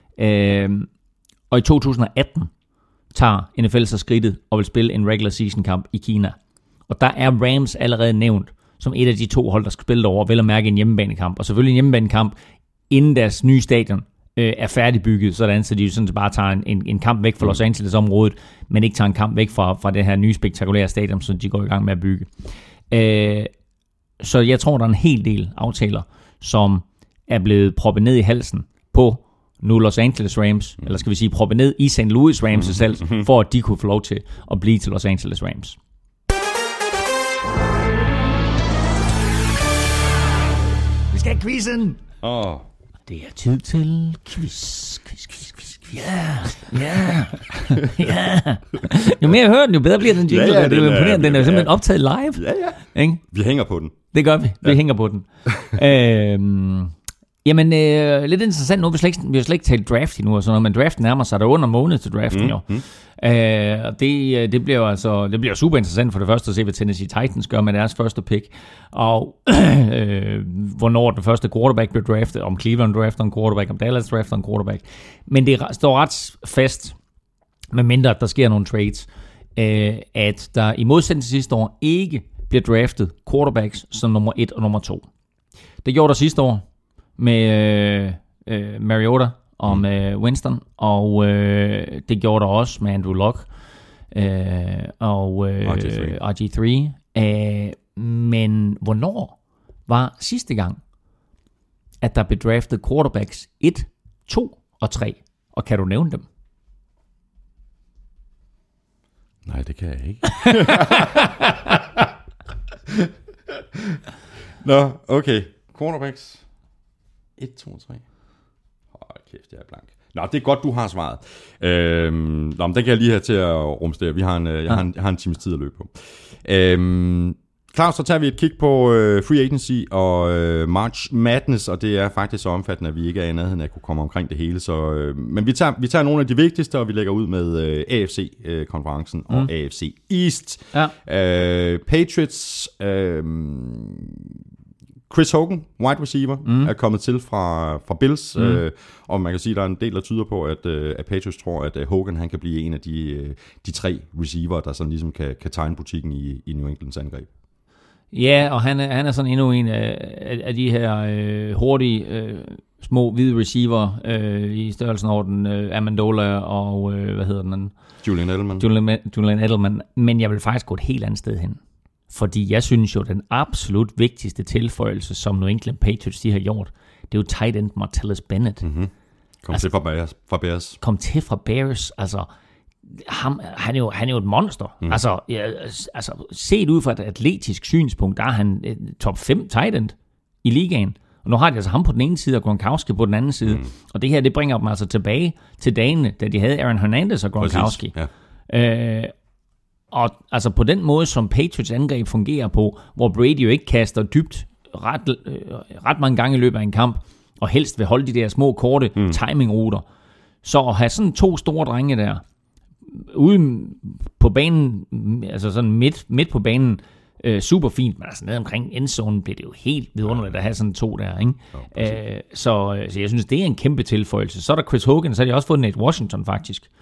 Og i 2018 tager NFL så skridtet og vil spille en regular season kamp i Kina. Og der er Rams allerede nævnt som et af de 2 hold, der skal spille derovre, vel at mærke en hjemmebanekamp. Og selvfølgelig en hjemmebanekamp, inden deres nye stadion er færdigbygget, sådan så de sådan bare tager en kamp væk fra Los Angeles-området, men ikke tager en kamp væk fra det her nye spektakulære stadion, som de går i gang med at bygge. Så jeg tror, der er en hel del aftaler, som er blevet proppet ned i halsen på nu Los Angeles Rams, eller skal vi sige proppet ned i St. Louis Rams selv, for at de kunne få lov til at blive til Los Angeles Rams. Vi skal have quizzen! Det er tid til quiz. Ja. Jo mere jeg hører den, jo bedre bliver den jingle. Ja, det er imponerende. Den er simpelthen optaget live. Ja. Ikke? Vi hænger på den. Det gør vi. Vi hænger på den. Jamen, lidt interessant nu. Vi har slet ikke talt draft endnu, og sådan noget, men draften nærmer sig der under måned til draften jo. Og det bliver super interessant for det første at se, hvad Tennessee Titans gør med deres første pick, og hvornår den første quarterback bliver draftet, om Cleveland drafter en quarterback, om Dallas drafter en quarterback. Men det står ret fast, medmindre at der sker nogle trades, at der i modsætning til sidste år ikke bliver draftet quarterbacks som nummer 1 og nummer 2. Det gjorde der sidste år med Mariota og med Winston, og det gjorde der også med Andrew Luck og RG3. Men hvornår var sidste gang, at der blev draftet quarterbacks 1, 2 og 3? Og kan du nævne dem? Nej, det kan jeg ikke. Nå, okay. Quarterbacks 1, 2, 3. Kæft, jeg er blank. Nå, det er godt, du har svaret. Men den kan jeg lige have til at rumstere. Jeg har en times tid at løbe på. Claus, så tager vi et kig på Free Agency og March Madness, og det er faktisk så omfattende, at vi ikke er i nærheden af at kunne komme omkring det hele. Men vi tager nogle af de vigtigste, og vi lægger ud med AFC-konferencen og AFC East. Ja. Patriots... Chris Hogan, wide receiver, er kommet til fra Bills, og man kan sige, at der er en del, der tyder på, at Patriots tror, at Hogan han kan blive en af de 3 receiver, der sådan ligesom kan tegne butikken i New Englands angreb. Ja, og han er sådan endnu en af de her hurtige, små, hvide receiver i størrelsen over den Amendola og, hvad hedder den? Julian Edelman. Men jeg vil faktisk gå et helt andet sted hen. Fordi jeg synes jo, den absolut vigtigste tilføjelse, som New England Patriots de har gjort, det er jo tight end Martellus Bennett. Mm-hmm. Kom til fra Bears. Kom til fra Bears. Altså, han er jo et monster. Altså, set ud fra et atletisk synspunkt, der er han top 5 tight end i ligaen. Og nu har de altså ham på den ene side, og Gronkowski på den anden side. Og det her, det bringer dem altså tilbage til dagene, da de havde Aaron Hernandez og Gronkowski. Ja. Og altså på den måde, som Patriots angreb fungerer på, hvor Brady jo ikke kaster dybt ret mange gange i løbet af en kamp, og helst vil holde de der små, korte timingruter. Så at have sådan 2 store drenge der, ude på banen, altså sådan midt på banen, super fint, men altså ned omkring endzone bliver det jo helt vidunderligt at have sådan 2 der, ikke? Så jeg synes, det er en kæmpe tilføjelse. Så er der Chris Hogan, så har de også fået Nate Washington faktisk. Ja.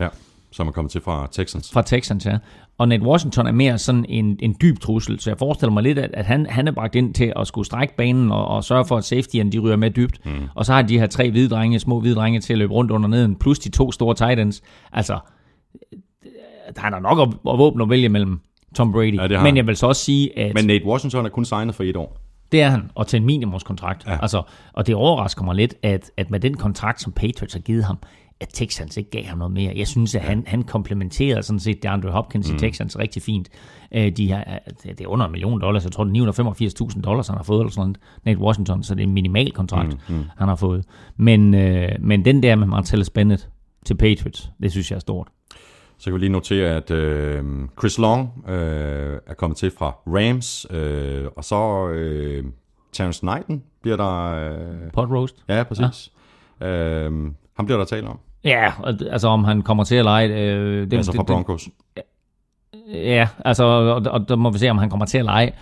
som er kommet til fra Texans. Fra Texans, ja. Og Nate Washington er mere sådan en dyb trussel, så jeg forestiller mig lidt, at han er bragt ind til at skulle strække banen og sørge for, at safety'erne de ryger med dybt. Og så har de her 3 små hvide drenge til at løbe rundt under neden, plus de 2 store tight ends. Altså, han har nok at våbne at vælge mellem Tom Brady. Ja, men jeg vil så også sige, at... Men Nate Washington er kun signet for 1 år. Det er han, og til en minimumskontrakt. Ja. Altså, og det overrasker mig lidt, at med den kontrakt, som Patriots har givet ham, at Texans ikke gav ham noget mere. Jeg synes, at han komplementerede sådan set DeAndre Hopkins i Texans rigtig fint. Det er under $1 million. Jeg tror, det er $985,000, han har fået, eller sådan noget, Nate Washington, så det er en minimal kontrakt, han har fået. Men den der med Martellus Bennett til Patriots, det synes jeg er stort. Så kan vi lige notere, at Chris Long er kommet til fra Rams, og så Terrence Knighton bliver der... Pot roast. Ja, præcis. Ja. Ham bliver der talt om. Ja, altså om han kommer til at lege... altså fra Broncos. Ja, altså, og der må vi se, om han kommer til at lege.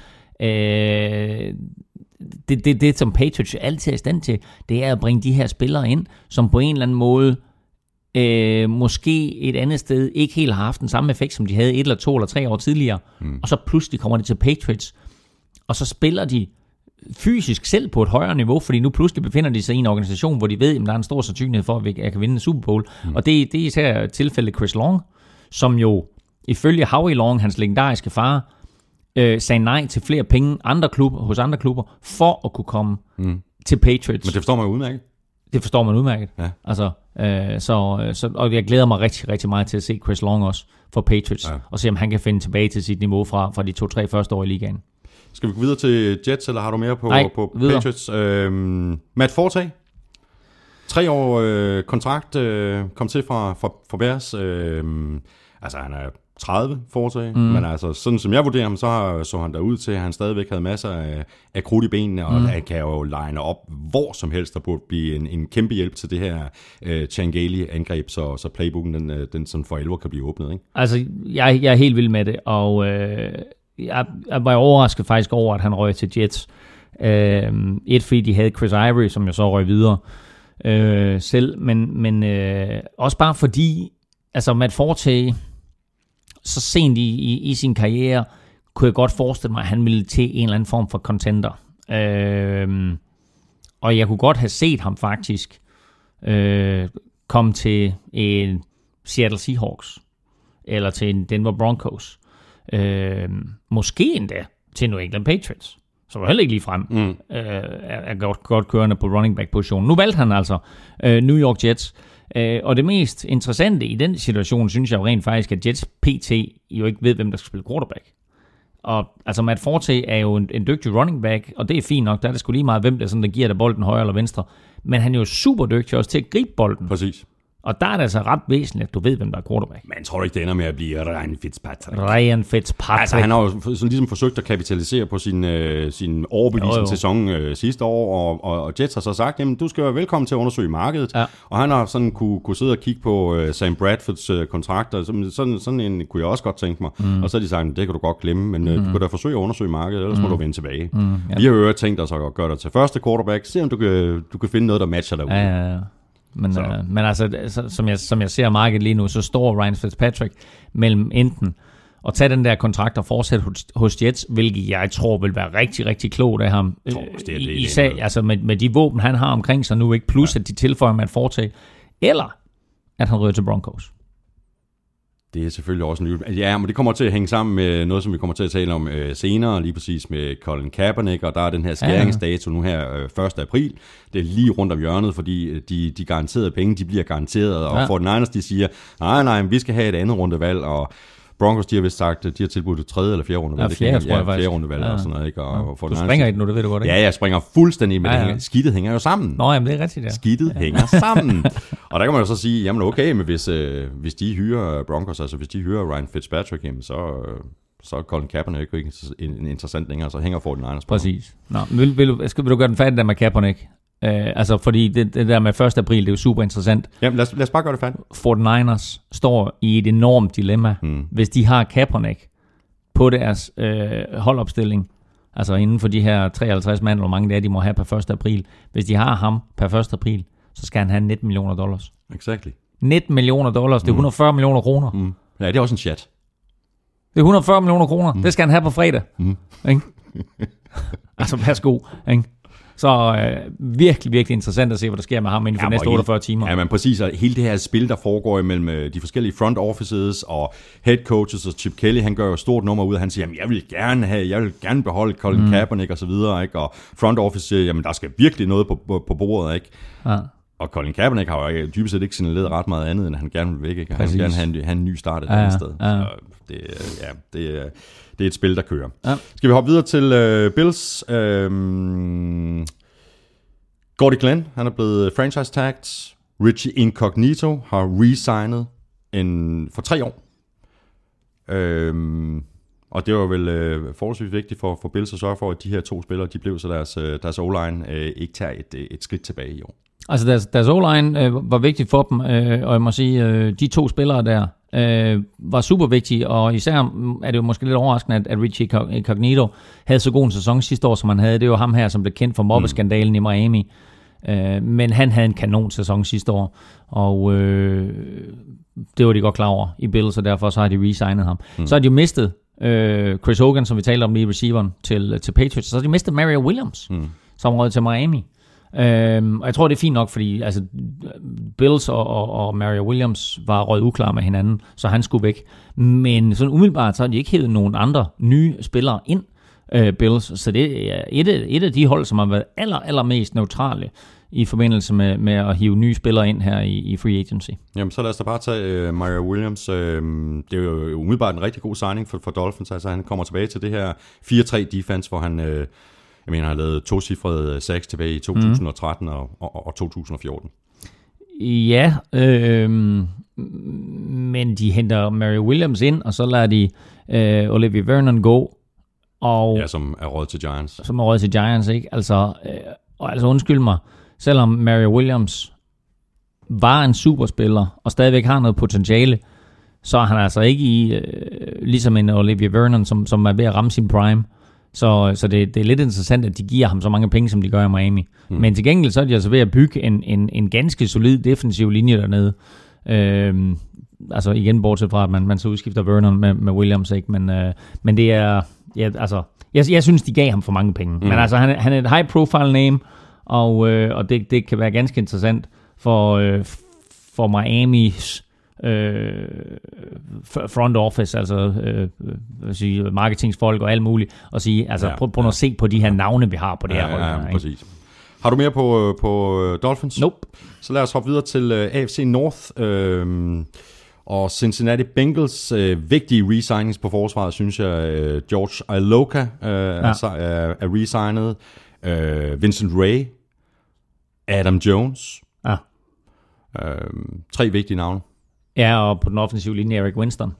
Det som Patriots altid er i stand til, det er at bringe de her spillere ind, som på en eller anden måde... måske et andet sted ikke helt har haft den samme effekt, som de havde 1 eller 2 eller 3 år tidligere, og så pludselig kommer de til Patriots, og så spiller de fysisk selv på et højere niveau, fordi nu pludselig befinder de sig i en organisation, hvor de ved, at der er en stor sandsynlighed for, at jeg kan vinde en Super Bowl, og det er især tilfældet Chris Long, som jo ifølge Howie Long, hans legendariske far, sagde nej til flere penge hos andre klubber, for at kunne komme til Patriots. Men det forstår man jo udmærket. Det forstår man udmærket. Ja. Altså, og jeg glæder mig rigtig, rigtig meget til at se Chris Long også for Patriots, og se om han kan finde tilbage til sit niveau fra de 2-3 første år i ligaen. Skal vi gå videre til Jets, eller har du mere på videre. Patriots? Matt Forte, 3 år kontrakt, kom til fra Bears. Altså han er 30 Forte, men altså sådan som jeg vurderer ham, så han der ud til, at han stadigvæk havde masser af krudt i benene, og han kan jo line op hvor som helst, der burde blive en kæmpe hjælp til det her Changeli-angreb, så playbooken den sådan for alvor kan blive åbnet, ikke? Altså jeg er helt vild med det, og jeg var overrasket faktisk over, at han røg til Jets. Fordi de havde Chris Ivory, som jeg så røg videre selv, men også bare fordi, altså Matt Forte, så sent i sin karriere, kunne jeg godt forestille mig, at han ville til en eller anden form for contender. Og jeg kunne godt have set ham faktisk komme til en Seattle Seahawks, eller til en Denver Broncos. Måske endda til New England Patriots, som var heller ikke lige frem er godt kørende på running back positionen. Nu valgte han altså New York Jets, og det mest interessante i den situation, synes jeg jo rent faktisk, at Jets PT jo ikke ved, hvem der skal spille quarterback. Og altså Matt Forte er jo en dygtig running back, og det er fint nok, der er det sgu lige meget, hvem der giver dig bolden højre eller venstre, men han er jo super dygtig også til at gribe bolden. Præcis. Og der er det altså ret væsentligt, at du ved, hvem der er quarterback. Men tror du ikke, det ender med at blive Ryan Fitzpatrick? Ryan Fitzpatrick. Altså, han har jo sådan ligesom forsøgt at kapitalisere på sin overbevisende sæson sidste år, og Jets har så sagt, jamen, du skal være velkommen til at undersøge markedet. Ja. Og han har sådan kunne sidde og kigge på Sam Bradfords kontrakter. Sådan en kunne jeg også godt tænke mig. Og så har de sagt, det kan du godt glemme, men du kan da forsøge at undersøge markedet, ellers må du vende tilbage. Ja. Vi har jo tænkt os at gøre dig til første quarterback, se om du kan finde noget, der matcher derude. Ja. Men altså, som jeg ser markedet lige nu, så står Ryan Fitzpatrick mellem enten at tage den der kontrakt og fortsætte hos Jets, hvilket jeg tror vil være rigtig, rigtig klogt af ham. Især altså med de våben, han har omkring sig nu, ikke plus at de tilføjer med at foretage, eller at han ryger til Broncos. Det er selvfølgelig også nyt. Ja, men det kommer til at hænge sammen med noget, som vi kommer til at tale om senere, lige præcis med Colin Kaepernick, og der er den her skæringsdato nu her 1. april. Det er lige rundt om hjørnet, fordi de garanterede penge, de bliver garanteret, og 49ers, de siger, nej, vi skal have et andet rundevalg, og Broncos, de har vist sagt, de har tilbudt et 3. eller 4. rundevalg. Fjerde rundevalg og sådan noget, ikke? Og du springer i den nu, det ved du godt, ikke? Ja, jeg springer fuldstændig, men skidtet hænger jo sammen. Nå, jamen det er rigtigt, ja. Skidtet hænger sammen. Og der kan man jo så sige, jamen okay, men hvis de hyrer Broncos, altså hvis de hyrer Ryan Fitzpatrick, jamen, så er Colin Kaepernick ikke en interessant længere, så hænger 49ers på. Præcis. Nå, vil du gøre den færdig der med Kaepernick? Altså fordi det der med 1. april, det er jo super interessant. Jamen lad os bare gøre det færdigt. 49ers står i et enormt dilemma, hvis de har Kaepernick på deres holdopstilling, altså inden for de her 53 mand, hvor mange det er, de må have per 1. april. Hvis de har ham per 1. april, så skal han have $19 million. Exactly. $19 million. Det er 140 millioner kroner. Mm. Ja, det er også en chat. Det er 140 millioner kroner. Det skal han have på fredag. Ikke? Altså, værsgo. Ikke? Så virkelig, virkelig interessant at se, hvad der sker med ham inden for næste 48 timer. Ja, men præcis. Og hele det her spil, der foregår mellem de forskellige front offices og head coaches, og Chip Kelly, han gør jo stort nummer ud, og han siger, jamen, jeg vil gerne beholde Colin Kaepernick og så videre, ikke? Og front office siger, jamen, der skal virkelig noget på bordet, ikke? Ja. Og Colin Kaepernick har jo dybest set ikke signaleret ret meget andet, end han gerne vil væk, ikke? Han vil gerne have en ny start et andet sted. Ja. Så det er et spil, der kører. Ja. Skal vi hoppe videre til Bills? Gordy Glenn, han er blevet franchise-tagged. Richie Incognito har re-signet for 3 år. Og det var vel forholdsvis vigtigt for Bills at sørge for, at de her 2 spillere, de blev så deres O-line ikke tager et skridt tilbage i år. Altså deres O-line var vigtigt for dem, og jeg må sige, de 2 spillere der var super vigtige, og især er det jo måske lidt overraskende, at Richie Incognito havde så god en sæson sidste år, som han havde. Det var ham her, som blev kendt for mobbeskandalen i Miami. Men han havde en kanon sæson sidste år, og det var de godt klar over i Bills, og derfor så har de re-signet ham. Så har de jo mistet Chris Hogan, som vi talte om lige i receiveren, til Patriots. Så har de mistet Mario Williams, som rød til Miami. Og jeg tror, det er fint nok, fordi altså, Bills og Mario Williams var røget uklar med hinanden, så han skulle væk. Men sådan umiddelbart, så har de ikke hævet nogen andre nye spillere ind, Bills. Så det er et af de hold, som har været allermest neutrale i forbindelse med at hive nye spillere ind her i free agency. Jamen, så lad os da bare tage Mario Williams. Det er jo umiddelbart en rigtig god signing for Dolphins. Altså, han kommer tilbage til det her 4-3 defense, hvor han... han har lavet 2-cifrede sacks tilbage i 2013 og 2014. Ja, men de henter Mario Williams ind, og så lader de Olivier Vernon gå. Og, som er råd til Giants. Ikke? Altså undskyld mig, selvom Mario Williams var en superspiller, og stadigvæk har noget potentiale, så er han altså ikke ligesom en Olivier Vernon, som er ved at ramme sin prime. Så det er lidt interessant, at de giver ham så mange penge, som de gør i Miami. Men til gengæld så er de altså ved at bygge en ganske solid defensiv linje dernede. Altså igen bortset fra, at man så udskifter Vernon med Williams, ikke? Men det er... Ja, altså, jeg synes, de gav ham for mange penge. Men altså, han er et high profile name, og det kan være ganske interessant for Miamis front office, altså marketingsfolk og alt muligt, og sige, altså prøv at se på de her navne, vi har på det her hold. Ja, præcis. Har du mere på Dolphins? Nope. Så lad os hoppe videre til AFC North og Cincinnati Bengals. Vigtige re-signings på forsvaret, synes jeg. George Iloka er re-signet. Vincent Ray. Adam Jones. 3 vigtige navne. Ja, og på den offensive linje Eric Winston.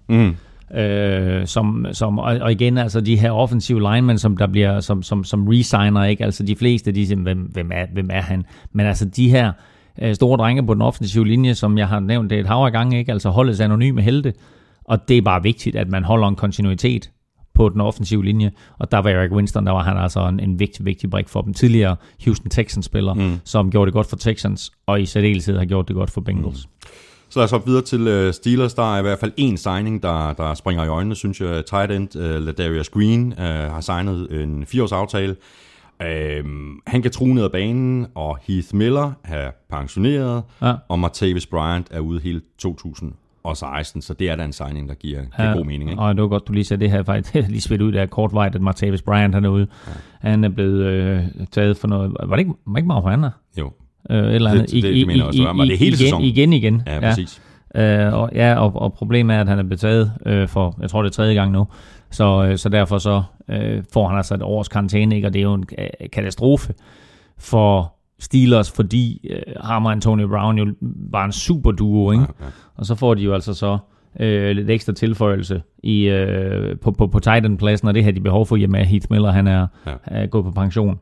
Og igen, altså de her offensive linemen, som der bliver som resigner, ikke? Altså de fleste, de siger, hvem er han? Men altså de her store drenge på den offensive linje, som jeg har nævnt, det er et hav af gange, ikke? Altså holdets anonyme helte, og det er bare vigtigt, at man holder en kontinuitet på den offensive linje, og der var Eric Winston, der var han altså en vigtig brik for dem. Tidligere Houston Texans-spiller, som gjorde det godt for Texans, og i særdeleshed har gjort det godt for Bengals. Så lad os hoppe videre til Steelers. Der er i hvert fald en signing, der springer i øjnene, synes jeg. Tight end Ladarius Green har signet en 4-års aftale. Han kan true ned ad banen, og Heath Miller er pensioneret, og Martavis Bryant er ude hele 2016, så det er da en signing, der giver god mening. Ikke? Og det var godt, du lige sagde det her, faktisk lige svært ud af kortvejt, at Martavis Bryant han er ude. Ja. Han er blevet taget for noget, var det ikke marihuana? Jo. Eller andet. Det mener også, var det hele sæsonen? Igen. Ja, præcis. Og problemet er, at han er blevet taget for, jeg tror det er 3. gang nu, så derfor så får han altså et års karantæne, ikke? Og det er jo en katastrofe for Steelers, fordi ham og Antonio Brown jo var en super duo, ikke? Ja. Og så får de jo altså så lidt ekstra tilføjelse på tight end-pladsen, og det har de behov for, i og med Heath Miller, han er gået på pension.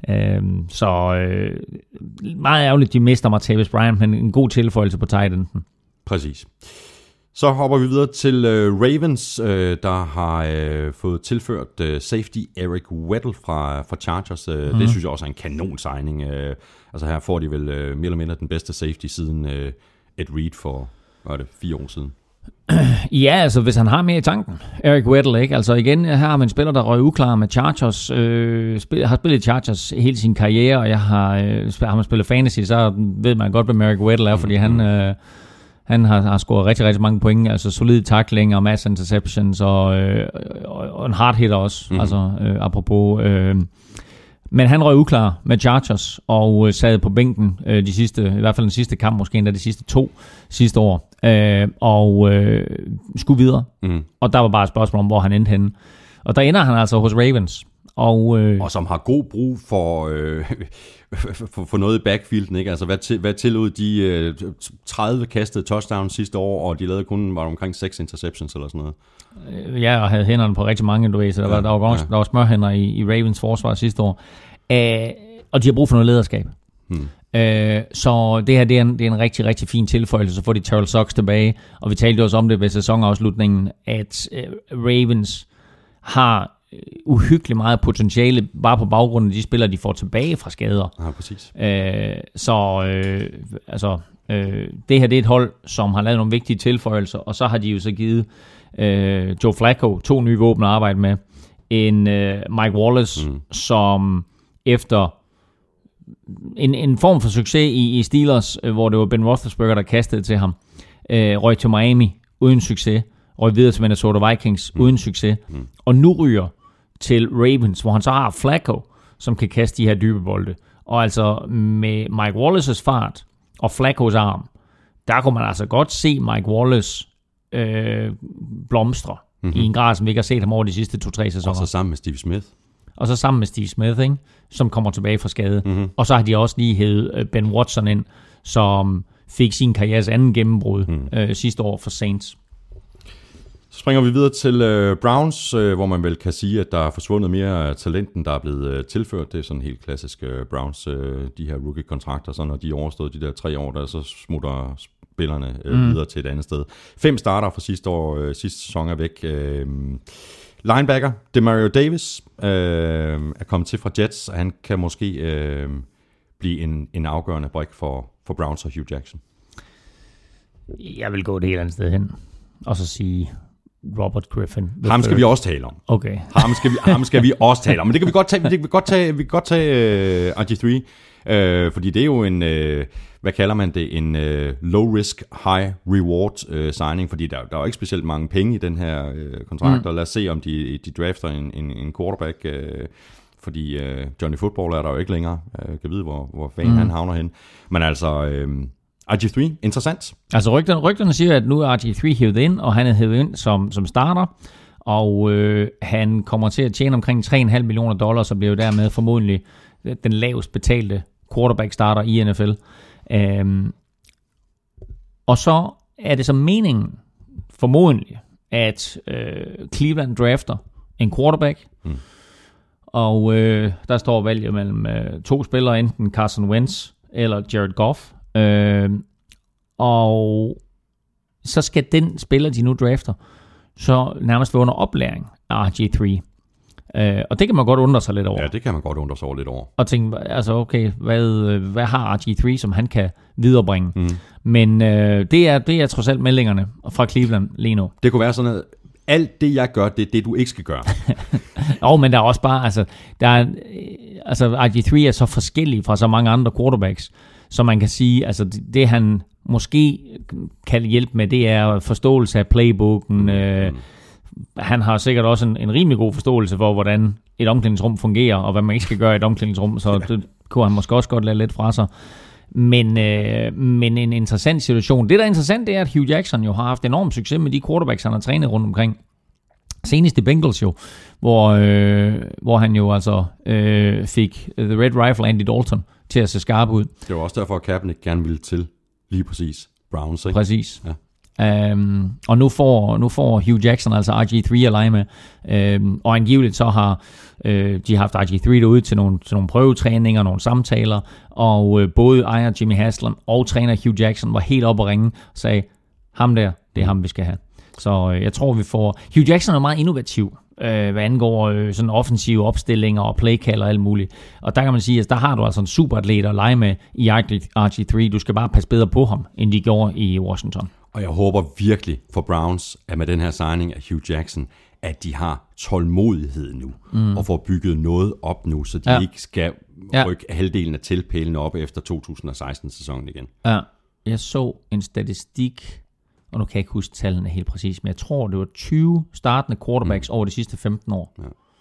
Meget ærgerligt, de mister Martavis Bryant, men en god tilføjelse på tight enden. Præcis. Så hopper vi videre til Ravens, der har fået tilført safety Eric Weddle fra Chargers. Det synes jeg også er en kanon signing. Altså her får de vel mere eller mindre den bedste safety siden Ed Reed for, var det 4 år siden? Ja, altså hvis han har mere i tanken. Eric Weddle, ikke? Altså igen, her har man en spiller, der røg uklar med Chargers. Har spillet Chargers hele sin karriere, og har man spillet fantasy, så ved man godt, hvem Eric Weddle er, fordi han har scoret rigtig, rigtig mange point. Altså solid tackling og masse interceptions og en hard hitter også. Altså apropos... Men han røg uklar med Chargers og sad på bænken i hvert fald den sidste kamp, måske endda de sidste 2 sidste år, og skulle videre. Og der var bare et spørgsmål om, hvor han endte henne. Og der ender han altså hos Ravens. Og som har god brug for noget i backfielden, ikke? Altså hvad tillod de 30 kastede touchdowns sidste år, og de lavede kun omkring 6 interceptions eller sådan noget. Ja, og havde hænderne på rigtig mange, du ved, så der var smørhænder i Ravens forsvar sidste år. Og de har brug for noget lederskab. Så det her, det er en rigtig, rigtig fin tilføjelse. Så får de Terrell Suggs tilbage, og vi talte også om det ved sæsonafslutningen, at Ravens har uhyggeligt meget potentiale, bare på baggrund af de spillere, de får tilbage fra skader. Ja, præcis. Det her, det er et hold, som har lavet nogle vigtige tilføjelser, og så har de jo så givet Joe Flacco 2 nye våben at arbejde med. En Mike Wallace, som efter en form for succes i Steelers, hvor det var Ben Roethlisberger, der kastede til ham, røg til Miami uden succes, røg videre til Minnesota Vikings uden succes, og nu ryger til Ravens, hvor han så har Flacco, som kan kaste de her dybe bolde. Og altså med Mike Wallaces fart og Flaccos arm, der kunne man altså godt se Mike Wallace blomstre i en grad, som vi ikke har set ham over de sidste 2-3 sæsoner. Og så sammen med Steve Smith. Ikke? Som kommer tilbage fra skade. Og så har de også lige hævet Ben Watson ind, som fik sin karrieres anden gennembrud sidste år for Saints. Så springer vi videre til Browns, hvor man vel kan sige, at der er forsvundet mere talent, end der er blevet tilført. Det er sådan helt klassisk Browns, de her rookie-kontrakter, så når de overstået de der 3 år, der så smutter spillerne videre til et andet sted. 5 starter fra sidste sæson er væk. Linebacker, Demario Davis, er kommet til fra Jets, og han kan måske blive en afgørende brik for Browns og Hugh Jackson. Jeg vil gå et helt andet sted hen, og så sige Robert Griffin. Ham skal vi også tale om. Okay. Ham skal vi også tale om. Men det kan vi godt tage RG3, fordi det er jo en, hvad kalder man det, en low risk, high reward signing, fordi der er jo ikke specielt mange penge i den her kontrakt, og lad os se, om de drafter en quarterback, fordi Johnny Football er der jo ikke længere. Kan vide, hvor fanden han havner hen. Men altså... RG3, interessant. Altså rygterne siger, at nu er RG3 hævet ind, og han er hævet ind som starter, og han kommer til at tjene omkring $3,5 million, så bliver jo dermed formodentlig den lavest betalte quarterback starter i NFL. Og så er det så meningen, formodentlig, at Cleveland drafter en quarterback, og der står valget mellem 2 spillere, enten Carson Wentz eller Jared Goff. Og så skal den spiller, de nu drafter, så nærmest være under oplæring af RG3. Og det kan man godt undre sig lidt over. Ja, det kan man godt undre sig lidt over. Og tænke, altså okay, hvad har RG3, som han kan viderebringe? Men det er trods alt meldingerne fra Cleveland lige nu. Det kunne være sådan, at alt det, jeg gør, det er det, du ikke skal gøre. Men der er også bare, RG3 er så forskellig fra så mange andre quarterbacks, så man kan sige, altså det han måske kan hjælpe med, det er forståelse af playbooken. Han har sikkert også en rimelig god forståelse for, hvordan et omklædningsrum fungerer, og hvad man ikke skal gøre i et omklædningsrum, så det kunne han måske også godt lade lidt fra sig. Men en interessant situation. Det, der er interessant, det er, at Hugh Jackson jo har haft enorm succes med de quarterbacks, han har trænet rundt omkring. Senest i Bengals jo, hvor han jo altså fik The Red Rifle Andy Dalton til at se skarp ud. Det var også derfor, at Kaepernick gerne ville til lige præcis Browns, ikke? Præcis. Ja. Og nu får Hugh Jackson altså RG3 at lege med. Og angiveligt så har de haft RG3 derude til nogle prøvetræninger, nogle samtaler, og både ejer Jimmy Haslam og træner Hugh Jackson var helt oppe at ringe og sagde, ham der, det er ham, vi skal have. Så jeg tror, vi får... Hugh Jackson er meget innovativ hvad angår sådan offensive opstillinger og playcall og alt muligt. Og der kan man sige, at der har du altså en superatlet at lege med i RG3. Du skal bare passe bedre på ham, end de gjorde i Washington. Og jeg håber virkelig for Browns, at med den her signing af Hugh Jackson, at de har tålmodighed nu, og får bygget noget op nu, så de ikke skal rykke halvdelen af tilpælene op efter 2016-sæsonen igen. Ja, jeg så en statistik, og nu kan jeg ikke huske tallene helt præcis, men jeg tror, det var 20 startende quarterbacks over de sidste 15 år.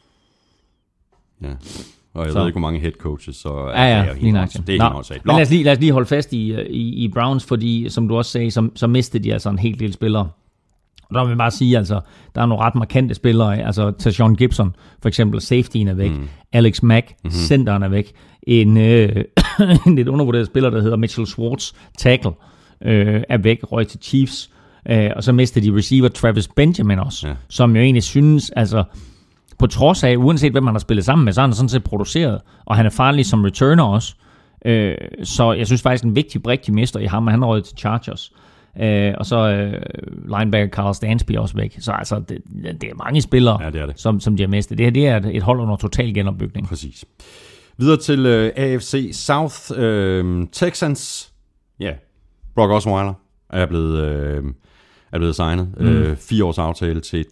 Ja. Og jeg ved ikke, hvor mange head coaches, så det er helt åndssvagt. Men lad os lige holde fast i Browns, fordi som du også sagde, så mistede de altså en hel del spillere. Og der vil jeg bare sige, altså, der er nogle ret markante spillere, altså Tashawn Gibson, for eksempel, safetyen er væk, Alex Mack, centeren er væk, en lidt undervurderet spiller, der hedder Mitchell Schwartz, tackle, er væk, røg til Chiefs, og så mistede de receiver Travis Benjamin også, som jo egentlig synes, altså, på trods af, uanset hvem man har spillet sammen med, så er han sådan set produceret, og han er farlig som returner også, så jeg synes faktisk, en vigtig brik, de mister i ham, og han røg til Chargers. Og så linebacker Carl Stansby også væk. Så altså, det er mange spillere, som de har mistet. Det her det er et hold under total genopbygning. Præcis. Videre til AFC South. Texans. Ja, Brock Osweiler er blevet signet. 4 års aftale til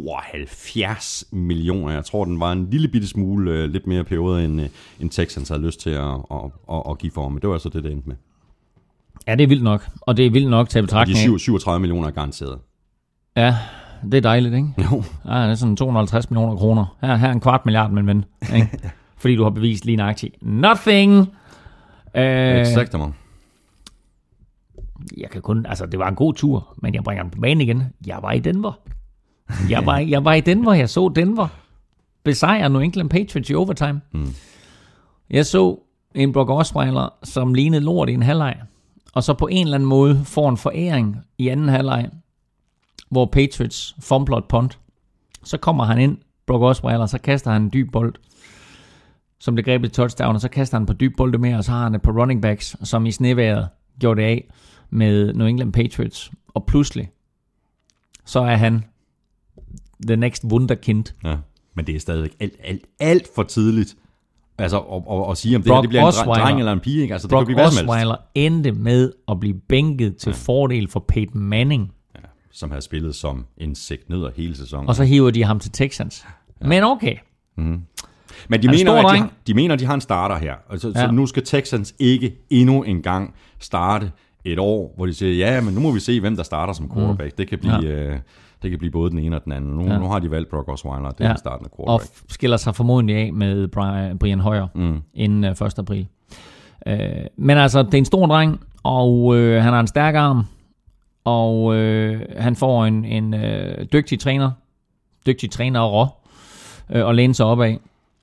72 millioner. Jeg tror, den var en lille bitte smule lidt mere periode, end Texans havde lyst til at give for ham. Men det var altså det endte med. Ja, det er vildt nok. Og det er vildt nok til at betragte. De 37 millioner er garanteret. Ja, det er dejligt, ikke? Jo. Ja, det er sådan 250 millioner kroner. Her er en kvart milliard, min ven. Ikke? Fordi du har bevist lige nøjagtigt nothing. Exakt, man. Jeg kan kun, altså det var en god tur, men jeg bringer den på banen igen. Jeg var i Denver. Jeg var i Denver. Jeg så Denver besejre New England Patriots i overtime. Jeg så en Brock Osweiler, som lignede lort i en halvleg. Og så på en eller anden måde får en foræring i anden halvleg, hvor Patriots fumbler et punt. Så kommer han ind, Brock Osweiler, så kaster han en dyb bold, som det greb et touchdown, og så kaster han på dyb bolde mere, og så har han et par running backs, som i sneværet gjorde det af med New England Patriots. Og pludselig, så er han the next wunderkind. Ja, men det er stadigvæk alt for tidligt. Altså at sige, om det her det bliver en dreng eller en pige. Ikke? Altså, Brock Osweiler endte med at blive bænket til fordel for Peyton Manning. Ja, som havde spillet som en sæknødder hele sæsonen. Og så hiver de ham til Texans. Ja. Men okay. Men de mener, at de har en starter her. Altså, så nu skal Texans ikke endnu en gang starte et år, hvor de siger, ja, men nu må vi se, hvem der starter som quarterback. Det kan blive... Det kan blive både den ene og den anden. Nu har de valgt Brock Osweiler, det er starten af quarterback. Og skiller sig formodentlig af med Brian Hoyer inden 1. april. Men altså, det er en stor dreng, og han har en stærk arm, og han får en dygtig træner og læne sig op af.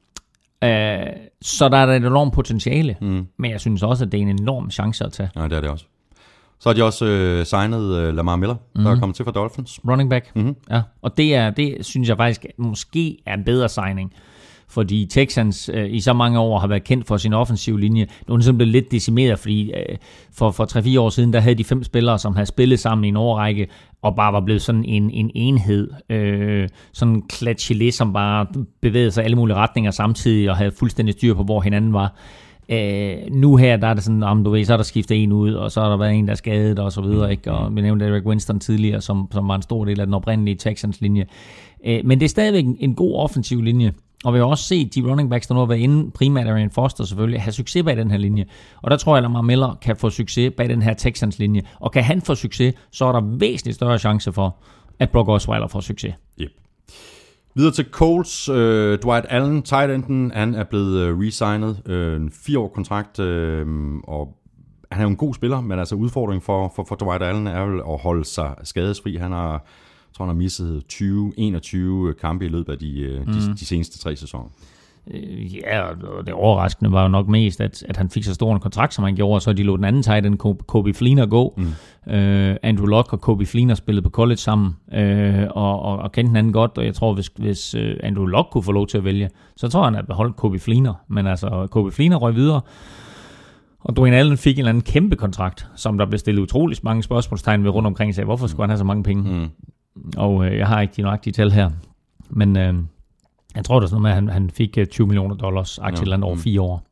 Så der er et enormt potentiale, men jeg synes også, at det er en enorm chance at tage. Ja, det er det også. Så har de også signet Lamar Miller, der er kommet til fra Dolphins. Running back. Ja. Og det synes jeg faktisk måske er en bedre signing. Fordi Texans i så mange år har været kendt for sin offensive linje. Nu er den simpelthen lidt decimeret, fordi for 3-4 år siden, der havde de 5 spillere, som havde spillet sammen i en årrække, og bare var blevet sådan en enhed. Sådan en klatchilé, som bare bevægede sig alle mulige retninger samtidig, og havde fuldstændig styr på, hvor hinanden var. Nu her, der er det sådan, om du ved, så er der skiftet en ud, og så er der været en, der er skadet, og så videre, ikke? Og vi nævnte Eric Winston tidligere, som var en stor del af den oprindelige Texans linje. Men det er stadigvæk en god offensiv linje, og vi har også set de running backs, der nu har været inde, primært Arian Foster selvfølgelig, have succes bag den her linje. Og der tror jeg, at Lamar Miller kan få succes bag den her Texans linje. Og kan han få succes, så er der væsentligt større chance for, at Brock Osweiler får succes. Yep. Videre til Colts, Dwight Allen, tight enden, han er blevet re-signet, en 4-år kontrakt, og han er jo en god spiller, men altså udfordringen for Dwight Allen er vel at holde sig skadesfri. Han har misset 21 kampe i løbet af de seneste 3 sæsoner. Ja, og det overraskende var jo nok mest, at han fik så stor en kontrakt, som han gjorde, og så de lå den anden tight end, Kobe Fleener, gå. Andrew Luck og Kobe Fleener spillede på college sammen, og kendte hinanden godt, og jeg tror, hvis Andrew Luck kunne få lov til at vælge, så tror han, at beholde Kobe Fleener. Men altså, Kobe Fleener røg videre, og Dwayne Allen fik en eller anden kæmpe kontrakt, som der blev stillet utrolig mange spørgsmålstegn ved rundt omkring, og sagde, hvorfor skulle han have så mange penge? Og jeg har ikke de nøjagtige tal her. Men jeg tror, det er sådan noget med, at han fik $20 million aktieland over 4 år.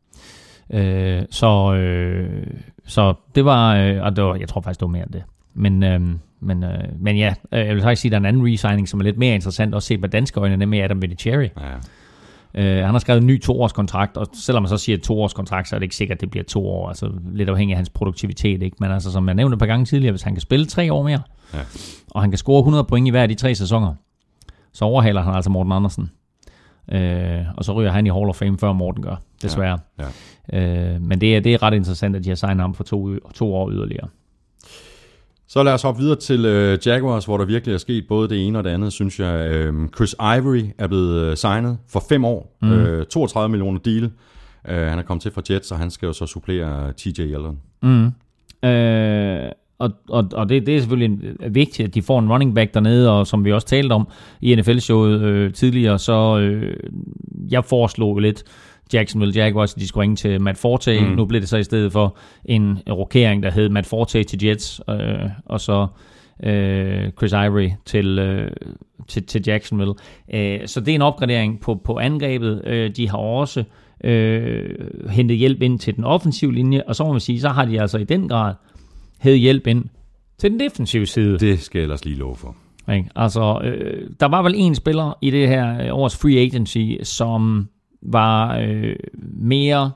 Så det var, og det var, jeg tror faktisk, det var mere end det. Men ja, jeg vil faktisk sige, at der er en anden resigning, som er lidt mere interessant, også set med danske øjne, nemlig Adam Vinatieri. Han har skrevet en ny 2-årskontrakt, og selvom man så siger 2-årskontrakt, så er det ikke sikkert, at det bliver 2 år, altså lidt afhængig af hans produktivitet, ikke? Men altså, som jeg nævnte et par gange tidligere, hvis han kan spille 3 år mere, og han kan score 100 point i hver af de 3 sæsoner, så overhaler han altså Morten Andersen. Og så ryger han i Hall of Fame, før Morten gør, desværre. Men det er ret interessant, at de har signet ham for 2 år yderligere. Så lad os hoppe videre til Jaguars, hvor der virkelig er sket både det ene og det andet, synes jeg. Chris Ivory er blevet signet for 5 år. 32 millioner deal. Han er kommet til fra Jets, og han skal jo så supplere TJ Yeldon. Og det er selvfølgelig vigtigt, at de får en running back dernede, og som vi også talte om i NFL-showet tidligere, så jeg foreslog lidt Jacksonville Jaguars, de skulle ringe til Matt Forte. Nu blev det så i stedet for en rokering, der hed Matt Forte til Jets, og så Chris Ivory til Jacksonville. Så det er en opgradering på angrebet. De har også hentet hjælp ind til den offensive linje, og så må man sige, så har de altså i den grad hævet hjælp ind til den defensive side. Det skal jeg ellers lige love for. Altså, der var vel en spiller i det her års free agency, som var mere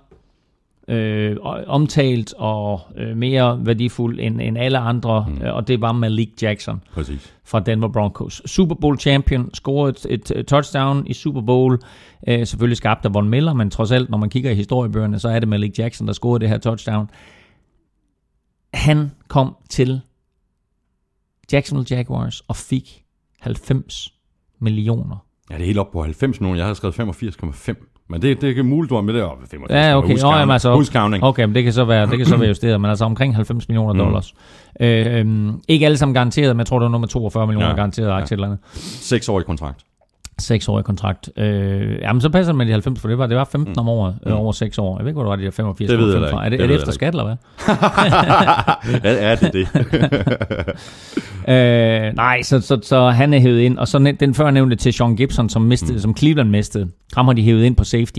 omtalt og mere værdifuld end alle andre, og det var Malik Jackson. Præcis. Fra Denver Broncos. Super Bowl champion, scorede et touchdown i Super Bowl, selvfølgelig skabt af Von Miller, men trods alt, når man kigger i historiebøgerne, så er det Malik Jackson, der scorede det her touchdown. Han kom til Jacksonville Jaguars og fik 90 millioner. Ja, det er helt op på 90 millioner. Jeg havde skrevet 85,5. Men det er muligt, du har med det op. 85. Ja, okay. Huscounting. Okay, men det kan så være justeret, men altså omkring 90 millioner dollars. Ikke alle sammen garanteret, men jeg tror, der er nummer 42 millioner garanteret aktier eller andet. 6-årig kontrakt. 6-årig kontrakt. Jamen, så passer det med de 90, for det var 15 om året, over 6 år. Jeg ved ikke, hvor det var, de der 85. Det ved jeg ikke. Er det efter skat, eller hvad? Ja, det er det. Nej, så han er hævet ind, og så den før nævnte til Sean Gibson, som Cleveland mistede. Ham har de hævet ind på safety.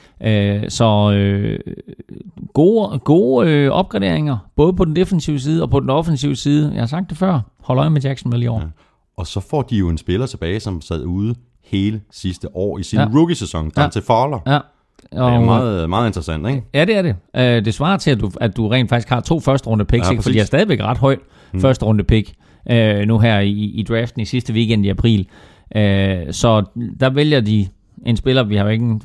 Gode opgraderinger, både på den defensive side og på den offensive side. Jeg har sagt det før. Hold øje med Jacksonville i år. Ja. Og så får de jo en spiller tilbage, som sad ude hele sidste år i sin rookie-sæson, Dante Fowler. Ja. Det er meget, meget interessant, ikke? Ja, det er det. Det svarer til, at du rent faktisk har 2 første-runde picks, fordi de er stadigvæk ret højt første-runde pick nu her i draften i sidste weekend i april. Så der vælger de en spiller, vi har jo ikke en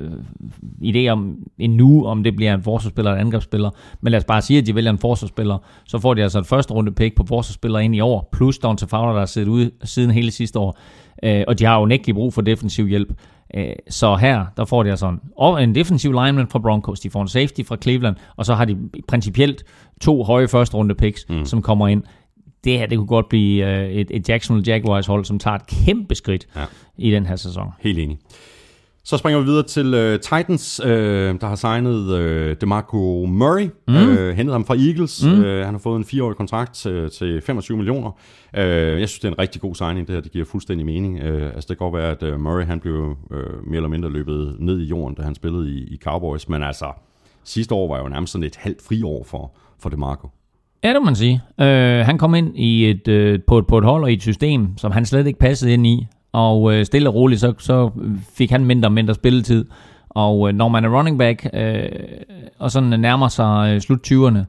idé om endnu, om det bliver en forsvarsspiller eller en angrebsspiller, men lad os bare sige, at de vælger en forsvarsspiller, så får de altså et første runde pick på forsvarsspillere ind i år, plus Dante Fowler, der har siddet ude siden hele sidste år, og de har jo nægtelig brug for defensiv hjælp. Så her, der får de altså en defensiv lineman fra Broncos, de får en safety fra Cleveland, og så har de principielt 2 høje første runde picks, som kommer ind. Det her, det kunne godt blive et Jacksonville Jaguars hold, som tager et kæmpe skridt i den her sæson. Helt enig. Så springer vi videre til Titans, der har signet DeMarco Murray, hentet ham fra Eagles. Han har fået en 4-årig kontrakt til 25 millioner. Jeg synes, det er en rigtig god signing, det her. Det giver fuldstændig mening. Altså, det kan godt være, at Murray han blev mere eller mindre løbet ned i jorden, da han spillede i Cowboys. Men altså, sidste år var jo nærmest sådan et halvt friår for DeMarco. Ja, det må man sige. Han kom ind i på et hold og i et system, som han slet ikke passede ind i. Og stille og roligt, så fik han mindre spilletid. Og når man er running back, og sådan nærmer sig slut 20'erne,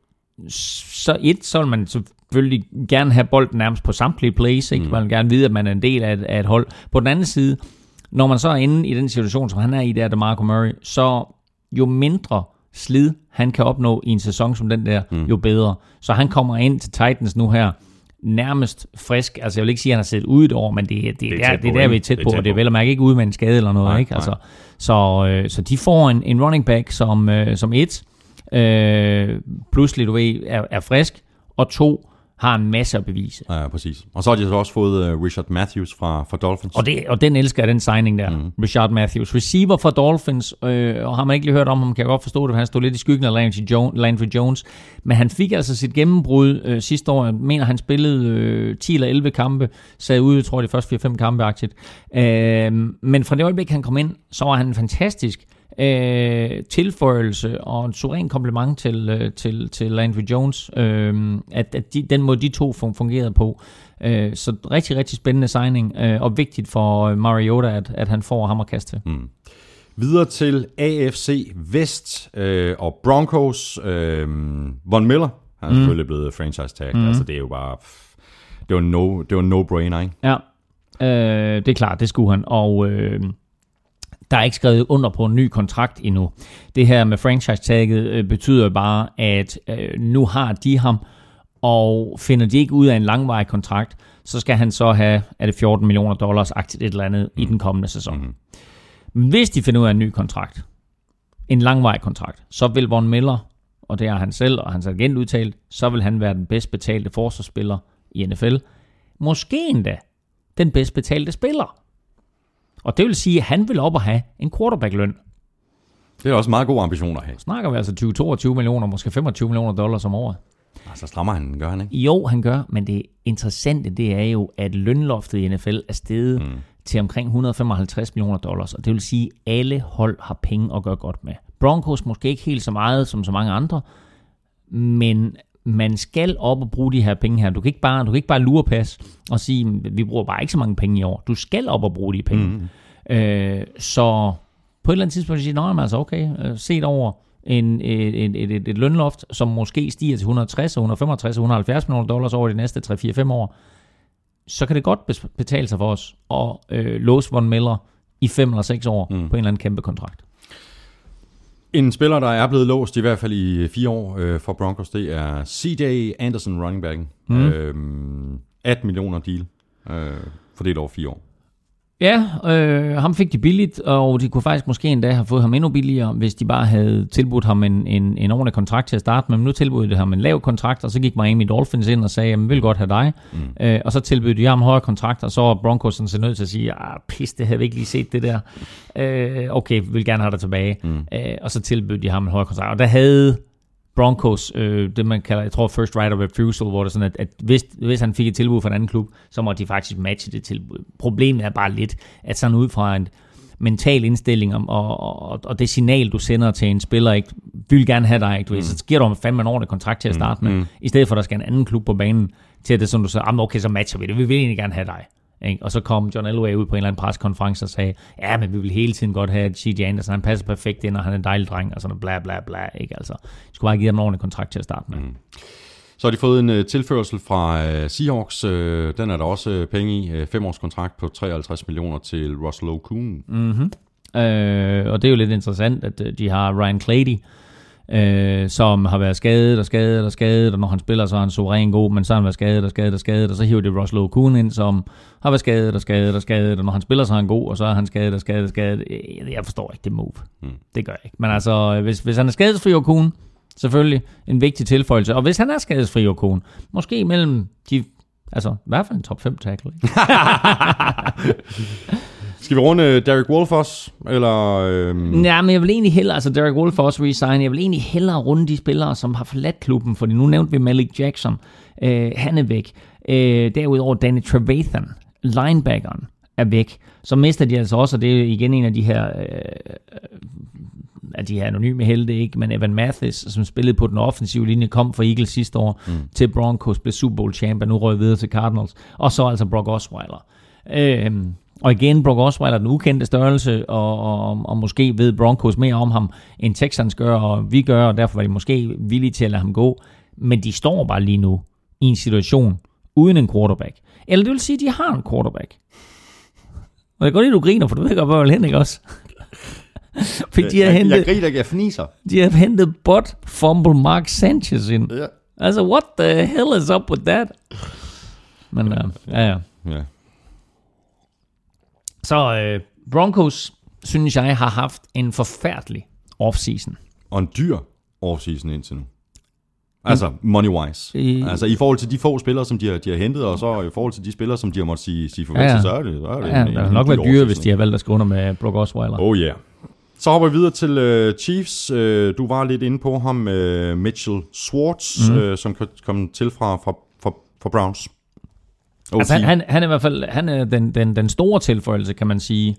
så vil man selvfølgelig gerne have bolden nærmest på samtlige plays. Ikke? Man vil gerne vide, at man er en del af et hold. På den anden side, når man så er inde i den situation, som han er i der, DeMarco Murray, så jo mindre slid han kan opnå i en sæson som den der, jo bedre. Så han kommer ind til Titans nu her, nærmest frisk. Altså jeg vil ikke sige, at han har siddet ude et år, men det er der, vi er tæt på, og det er vel at mærke ikke ude med en skade eller noget. Nej, ikke? Altså, så de får en running back, som pludselig, du ved, er frisk, og 2, har en masse at bevise. Ja, præcis. Og så har de så også fået Richard Matthews fra Dolphins. Og den elsker den signing der, Richard Matthews. Receiver fra Dolphins, og har man ikke lige hørt om ham, kan jeg godt forstå det, for han stod lidt i skyggen af Landry Jones. Men han fik altså sit gennembrud sidste år. Jeg mener, han spillede 10 eller 11 kampe, sad ude, tror jeg, de første 4-5 kampe-aktivt. Men fra det øjeblik, han kom ind, så var han en fantastisk tilføjelse og en suveræn kompliment til Landry Jones, den måde de to fungerede på. Så rigtig, rigtig spændende signing, og vigtigt for Mariota, at han får ham at kaste til. Videre til AFC Vest og Broncos. Von Miller, han er selvfølgelig blevet franchise tag. Altså det er jo bare, det var en no-brainer, ikke? Ja, det er klart, det skulle han, og der er ikke skrevet under på en ny kontrakt endnu. Det her med franchise-tagget betyder bare, at nu har de ham, og finder de ikke ud af en langvarig kontrakt, så skal han så have, er det $14 million aktivt et eller andet i den kommende sæson. Hvis de finder ud af en ny kontrakt, en langvarig kontrakt, så vil Von Miller, og det er han selv, og hans agent udtalt, så vil han være den bedst betalte forsvarsspiller i NFL. Måske endda den bedst betalte spiller. Og det vil sige, at han vil op og have en quarterback-løn. Det er også meget gode ambitioner at have. Snakker vi altså 20-22 millioner, måske $25 million om året. Så strammer han, gør han ikke? Jo, han gør, men det interessante, det er jo, at lønloftet i NFL er steget til omkring $155 million, og det vil sige, at alle hold har penge at gøre godt med. Broncos måske ikke helt så meget som så mange andre, men man skal op og bruge de her penge her. Du kan ikke bare lurepasse og sige, vi bruger bare ikke så mange penge i år. Du skal op og bruge de penge. Så på et eller andet tidspunkt siger jeg, altså okay, set over et lønloft, som måske stiger til 160, 165, 170 millioner dollars over de næste 3-4-5 år, så kan det godt betale sig for os at låse Von Miller i 5 eller 6 år på en eller anden kæmpe kontrakt. En spiller, der er blevet låst i hvert fald i 4 år for Broncos, det er CJ Anderson, running backen. 18 millioner deal, fordelt over 4 år. Ja, ham fik de billigt, og de kunne faktisk måske endda have fået ham endnu billigere, hvis de bare havde tilbudt ham en ordentlig kontrakt til at starte med. Men nu tilbød de ham en lav kontrakt, og så gik Miami Dolphins ind og sagde, jamen, vi vil godt have dig. Og så tilbød de ham en højere kontrakt, og så var Broncos sådan nødt til at sige, pis, det havde vi ikke lige set det der. Okay, vi vil gerne have dig tilbage. Og så tilbød de ham en højere kontrakt. Og der havde Broncos, det man kalder, jeg tror, first right of refusal, hvor det sådan, at hvis han fik et tilbud fra en anden klub, så må de faktisk matche det tilbud. Problemet er bare lidt, at sådan ud fra en mental indstilling og det signal, du sender til en spiller, ikke, vi vil gerne have dig, ikke, så giver du ham fandme en ordentlig kontrakt til at starte med, i stedet for, at der skal en anden klub på banen, til at det sådan, du siger, okay, så matcher vi det, vi vil egentlig gerne have dig. Ikke? Og så kom John Elway ud på en eller anden pressekonference og sagde, ja, men vi vil hele tiden godt have CJ Anderson, han passer perfekt ind, og han er en dejlig dreng, og sådan bla bla bla, ikke? Altså, jeg skulle bare give ham en ordentlig kontrakt til at starte med. Så har de fået en tilførsel fra Seahawks, den er der også penge i, 5-års kontrakt på 53 millioner til Russell Okung. Og det er jo lidt interessant, at de har Ryan Clady, som har været skadet, og når han spiller, så er han suveræn god, men så har han været skadet, og så hiver det Russell Okung ind, som har været skadet, og når han spiller, så er han god, og så er han skadet. Jeg forstår ikke det move. Det gør jeg ikke. Men altså, hvis han er skadesfri Okung, selvfølgelig en vigtig tilføjelse, og hvis han er skadesfri Okung, måske mellem de, altså i hvert fald en top 5 tackle. Skal vi runde Derek Wolfe også? Eller, Ja, men jeg vil egentlig hellere, altså Derek Wolfe også resign, jeg vil egentlig hellere runde de spillere, som har forladt klubben, fordi nu nævnte vi Malik Jackson, han er væk. Derudover Danny Trevathan, linebackeren, er væk. Så mister de altså også, og det er igen en af de her anonyme helte, ikke, men Evan Mathis, som spillede på den offensive linje, kom fra Eagles sidste år til Broncos, blev Super Bowl champion, nu røg videre til Cardinals, og så altså Brock Osweiler. Og igen, Brock Osweiler, den ukendte størrelse, og måske ved Broncos mere om ham, end Texans gør, og vi gør, og derfor var de måske villige til at lade ham gå. Men de står bare lige nu i en situation uden en quarterback. Eller det vil sige, at de har en quarterback. Og det går lige, du griner, for du ved godt, hvor jeg vil hen, ikke også? Jeg griner ikke, jeg fniser. De har hentet butt fumble Mark Sanchez ind. Ja. Altså, what the hell is up with that? Men ja. Så Broncos, synes jeg, har haft en forfærdelig offseason. Og en dyr offseason indtil nu. Altså money-wise. Altså i forhold til de få spillere, som de har hentet, og så i forhold til de spillere, som de har måttet sige farvel til, så er det det har nok været dyre, hvis de har valgt at skrive under med Brock Osweiler. Oh yeah. Så hopper vi videre til Chiefs. Du var lidt inde på ham, Mitchell Schwartz, som kom til fra Browns. Altså han er i hvert fald den store tilføjelse, kan man sige,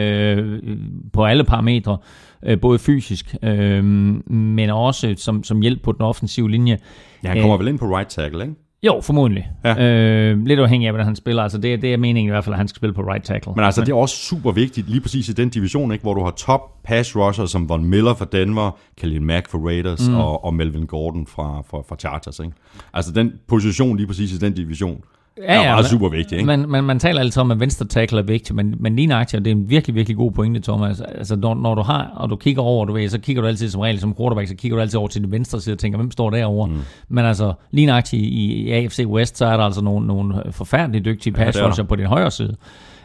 på alle parametre, både fysisk, men også som hjælp på den offensive linje. Ja, han kommer vel ind på right tackle, ikke? Jo, formodentlig. Ja. Lidt afhængig af, hvordan han spiller. Altså det er meningen i hvert fald, at han skal spille på right tackle. Men altså, det er også super vigtigt, lige præcis i den division, ikke, hvor du har top pass rusher som Von Miller fra Denver, Khalil Mack fra Raiders og Melvin Gordon fra Chargers. Ikke? Altså den position lige præcis i den division er meget super vigtig. Ikke? Man taler altid om, at venstre tackle er vigtig, men lige nøjagtigt, det er en virkelig, virkelig god pointe, Thomas. Altså når du har, og du kigger over, så kigger du altid som regel som quarterback, så kigger du altid over til den venstre side og tænker, hvem står derovre? Men altså lige nøjagtigt i AFC West, så er der altså nogle forfærdeligt dygtige pass rusher på den højre side.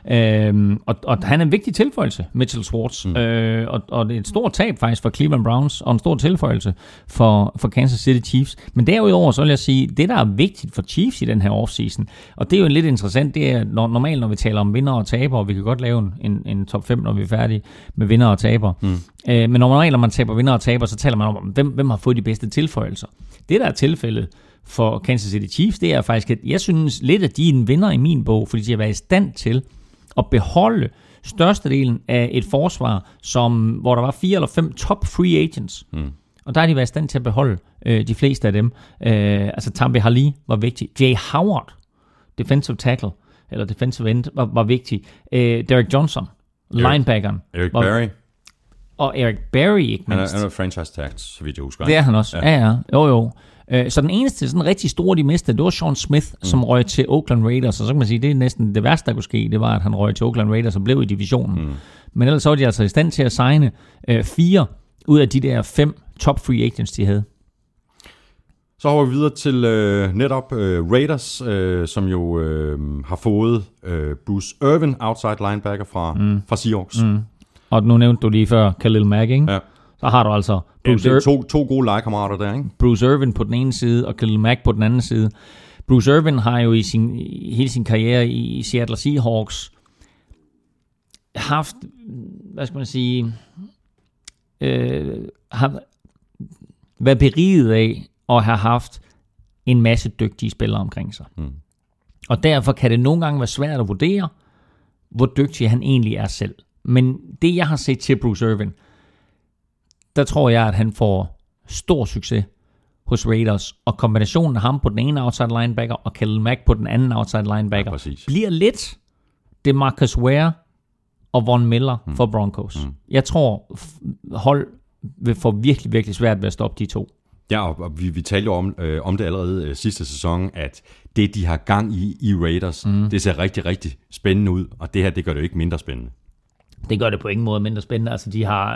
Og han er en vigtig tilføjelse, Mitchell Schwartz, og det er et stort tab faktisk for Cleveland Browns, og en stor tilføjelse for Kansas City Chiefs. Men derudover, så vil jeg sige, det der er vigtigt for Chiefs i den her offseason, og det er jo lidt interessant, det er normalt, når vi taler om vinder og taber, og vi kan godt lave en top 5, når vi er færdige med vinder og taber. Men normalt, når man taber vinder og taber, så taler man om, hvem har fået de bedste tilføjelser. Det der er tilfældet for Kansas City Chiefs, det er faktisk, at jeg synes lidt, at de er en vinder i min bog, fordi de har været i stand til at beholde størstedelen af et forsvar, hvor der var 4 eller 5 top free agents. Og der har de været i stand til at beholde de fleste af dem. Altså Tambi Hali var vigtig. Jay Howard, defensive tackle, eller defensive end, var vigtig. Derek Johnson, linebackeren. Eric Berry. Og Eric Berry, ikke mindst. Han er franchise tagged, så vidt jeg husker. Det er han også. Ja. Jo. Så den eneste sådan rigtig store, de mistede, det var Sean Smith, som røg til Oakland Raiders, og så kan man sige, det er næsten det værste, der kunne ske, det var, at han røg til Oakland Raiders og blev i divisionen. Men ellers så var de altså i stand til at signe 4 ud af de der 5 top free agents, de havde. Så hopper vi videre til netop Raiders, som jo har fået Bruce Irvin, outside linebacker fra Seahawks. Og nu nævnte du lige før Khalil Mack, ikke? Ja. Så har du altså to gode legekammerater der, ikke? Bruce Irvin på den ene side, og Khalil Mack på den anden side. Bruce Irvin har jo i hele sin karriere i Seattle Seahawks haft, hvad skal man sige, har været beriget af at have haft en masse dygtige spillere omkring sig. Og derfor kan det nogle gange være svært at vurdere, hvor dygtig han egentlig er selv. Men det, jeg har set til Bruce Irvin, der tror jeg, at han får stor succes hos Raiders, og kombinationen af ham på den ene outside linebacker og Khalil Mack på den anden outside linebacker bliver lidt DeMarcus Ware og Von Miller for Broncos. Jeg tror, hold vil få virkelig, virkelig svært ved at stoppe de to. Ja, og vi talte jo om det allerede sidste sæson, at det, de har gang i Raiders, det ser rigtig, rigtig spændende ud, og det her, det gør det jo ikke mindre spændende. Det gør det på ingen måde mindre spændende. Altså, de har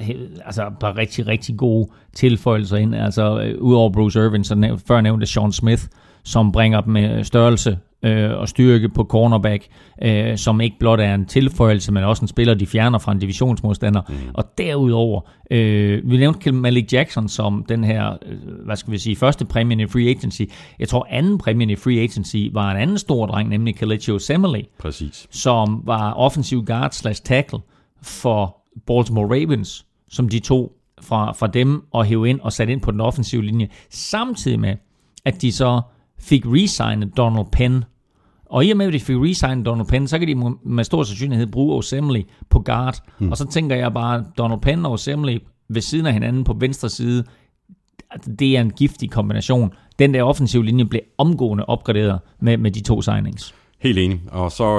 bare rigtig, rigtig gode tilføjelser ind. Altså, udover Bruce Irvin, så før nævnte Sean Smith, som bringer dem med størrelse og styrke på cornerback, som ikke blot er en tilføjelse, men også en spiller, de fjerner fra en divisionsmodstander. Og derudover, vi nævnte Malik Jackson som den her, hvad skal vi sige, første præmien i free agency. Jeg tror, anden præmien i free agency var en anden stor dreng, nemlig Kelechi Osemele, som var offensiv guard / tackle for Baltimore Ravens, som de tog fra dem og hævde ind og satte ind på den offensive linje, samtidig med, at de så fik resignet Donald Penn. Og i og med, at de fik resignet Donald Penn, så kan de med stor sandsynlighed bruge Osemele på guard. Og så tænker jeg bare, Donald Penn og Osemele ved siden af hinanden på venstre side, det er en giftig kombination. Den der offensive linje blev omgående opgraderet med de to signings. Helt enig. Og så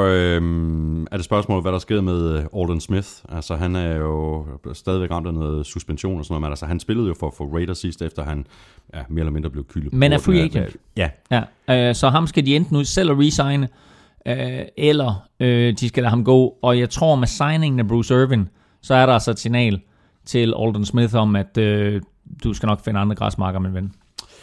er det spørgsmålet, hvad der sker med Aldon Smith. Altså, han er jo stadigvæk ramt af noget suspension og sådan noget, men altså, han spillede jo for Raiders sidst, efter han mere eller mindre blev kyldet. Men er free agent. Ja. Så ham skal de enten ud selv at resigne, eller de skal lade ham gå. Og jeg tror, med signingen af Bruce Irvin, så er der altså et signal til Aldon Smith om, at du skal nok finde andre græsmarker, min ven.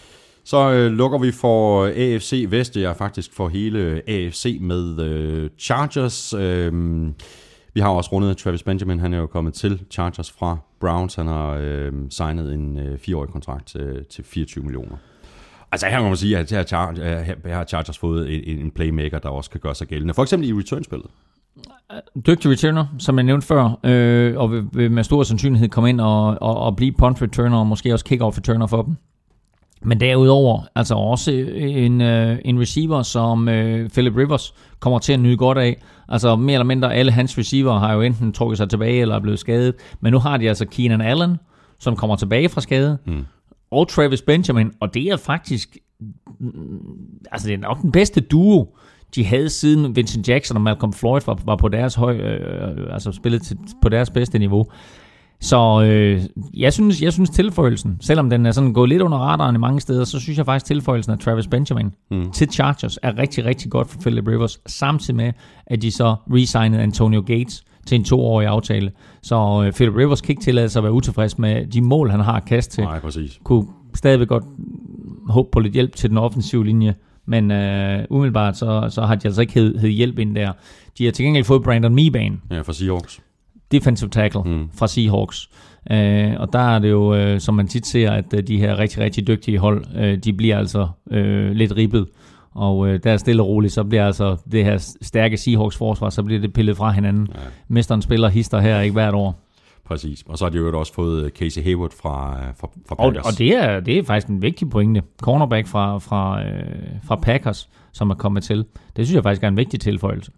Så lukker vi for AFC Vest. Jeg er faktisk for hele AFC med Chargers. Vi har også rundet Travis Benjamin. Han er jo kommet til Chargers fra Browns. Han har signet en 4-årig kontrakt til $24 millioner. Altså her kan man sige, at her har Chargers fået en playmaker, der også kan gøre sig gældende. For eksempel i returnspillet. Dygtig returner, som jeg nævnte før, og vil med stor sandsynlighed komme ind og blive punt returner, og måske også kick-off returner for dem. Men derudover, altså også en receiver, som Philip Rivers kommer til at nyde godt af. Altså mere eller mindre alle hans receiver har jo enten trukket sig tilbage, eller er blevet skadet. Men nu har de altså Keenan Allen, som kommer tilbage fra skade, og Travis Benjamin, og det er faktisk, altså det er nok den bedste duo, de havde siden Vincent Jackson og Malcolm Floyd var på deres altså spillet på deres bedste niveau. Så jeg synes tilføjelsen, selvom den er sådan gået lidt under radaren i mange steder, så synes jeg faktisk tilføjelsen af Travis Benjamin til Chargers er rigtig, rigtig godt for Philip Rivers, samtidig med, at de så re-signede Antonio Gates til en 2-årig aftale. Så Philip Rivers kan ikke tillade sig at være utilfreds med de mål, han har at kaste til. Nej, præcis. Kunne stadigvæk godt håbe på lidt hjælp til den offensive linje, men umiddelbart så har de altså ikke hed hjælp ind der. De har til gengæld fået Brandon Meebane. Ja, fra Seahawks. Defensive tackle fra Seahawks. Og der er det jo, som man tit ser, at de her rigtig, rigtig dygtige hold, de bliver altså lidt ribbet. Og der er stille og roligt, så bliver altså det her stærke Seahawks forsvar, så bliver det pillet fra hinanden. Ja. Mesteren spiller hister her ikke hvert år. Præcis. Og så har de jo også fået Casey Hayward fra Packers. Og det er faktisk en vigtig pointe. Cornerback fra Packers, som er kommet til. Det synes jeg faktisk er en vigtig tilføjelse.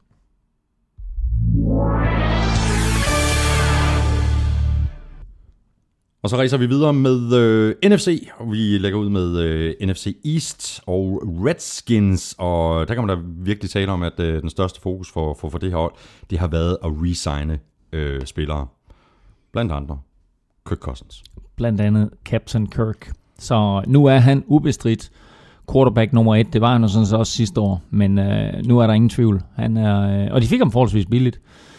Og så rejser vi videre med NFC, og vi lægger ud med NFC East og Redskins, og der kan man da virkelig tale om, at den største fokus for det her hold, det har været at re-signe spillere. Blandt andre Kirk Cousins. Blandt andet Captain Kirk. Så nu er han ubestridt quarterback nummer 1. Det var han jo sådan set også sidste år, men nu er der ingen tvivl. Han er, og de fik ham forholdsvis billigt.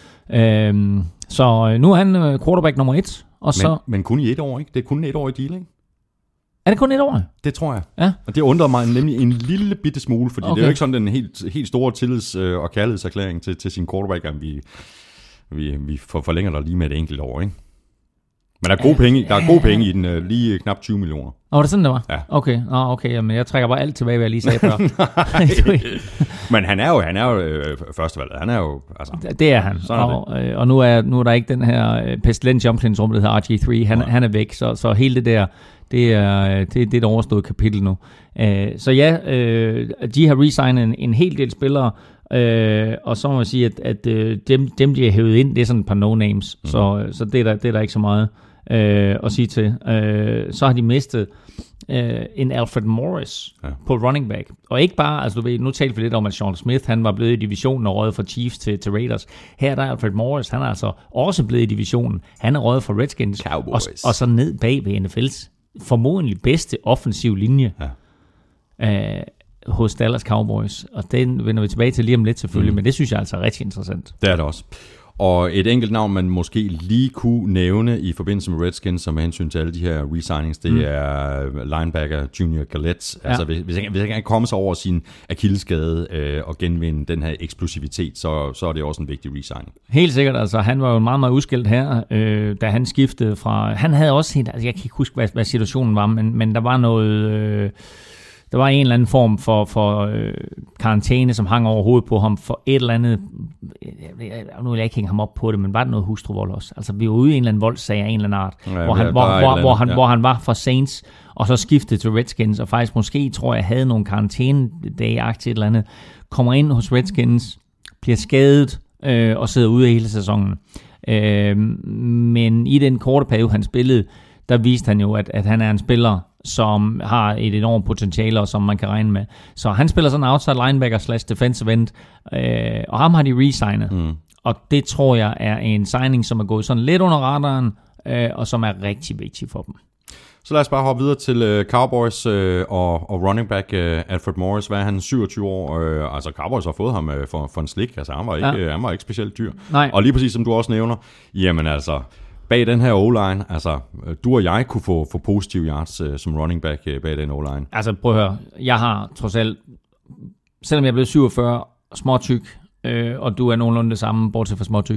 Så nu er han quarterback nummer 1. Og så, men kun i 1 år, ikke? Det er kun 1 år i deal, ikke? Er det kun 1 år? Det tror jeg. Ja. Og det undrede mig nemlig en lille bitte smule, fordi det er jo ikke sådan en helt store tillids- og kærlighedserklæring til sin quarterback, at vi forlænger dig lige med et enkelt år, ikke? Men der er gode penge i den, lige knap 20 millioner. Var det sådan, det var? Ja. Okay, jamen jeg trækker bare alt tilbage, hvad jeg lige sagde før. Men han er jo førstevalget. Han er jo, altså. Det er han. Og nu er der ikke den her pestilens i omklædningsrummet, der hedder RG3. Han er væk, så hele det der, det er et overstået kapitel nu. Så ja, de har resignet en hel del spillere, og så må man sige, at dem de har hævet ind, det er sådan et par no-names, så det er der ikke så meget at sige til. Så har de mistet en Alfred Morris på running back. Og ikke bare, altså du ved, nu talte vi lidt om, at Sean Smith, han var blevet i divisionen og røget fra Chiefs til Raiders. Her er der Alfred Morris, han er altså også blevet i divisionen. Han er røget fra Redskins. Og så ned bag ved NFL's formodentlig bedste offensiv linje hos Dallas Cowboys. Og den vender vi tilbage til lige om lidt selvfølgelig, men det synes jeg altså er rigtig interessant. Det er det også. Og et enkelt navn, man måske lige kunne nævne i forbindelse med Redskins, som med hensyn til alle de her re-signings, det er linebacker Junior Galette. Ja. Altså, hvis han kan komme sig over sin akillesskade og genvinde den her eksplosivitet, så er det også en vigtig re-signing. Helt sikkert. Altså, han var jo meget, meget udskilt her, da han skiftede fra... Han havde også helt... Altså, jeg kan ikke huske, hvad situationen var, men der var noget... Der var en eller anden form for karantæne, som hang over hovedet på ham for et eller andet. Nu vil jeg ikke hænge ham op på det, men var det noget hustruvold også? Altså, vi var ude i en eller anden voldsag af en eller anden art, hvor han var fra Saints, og så skiftede til Redskins, og faktisk måske, tror jeg, havde nogle karantænedage-agtigt et eller andet, kommer ind hos Redskins, bliver skadet og sidder ude hele sæsonen. Men i den korte periode, han spillede, der viste han jo, at han er en spiller, som har et enormt potentiale, og som man kan regne med. Så han spiller sådan outside linebacker / defensive end, og ham har de re-signet. Og det tror jeg er en signing, som er gået sådan lidt under radaren, og som er rigtig vigtig for dem. Så lad os bare hoppe videre til Cowboys og running back Alfred Morris. Hvad er han? 27 år. Altså Cowboys har fået ham for en slik. Altså han var ikke specielt dyr. Nej. Og lige præcis som du også nævner, jamen altså... Bag den her O-line, altså du og jeg kunne få positive yards som running back bag den O-line. Altså prøv at høre, jeg har trods alt, selvom jeg er blevet 47, småtyk, og du er nogenlunde det samme, bortset fra småtyk,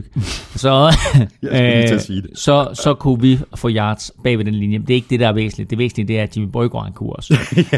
så kunne vi få yards bag ved den linje. Det er ikke det, der er væsentligt. Det væsentlige, det er, at Jimmy Bøjgaard kunne også.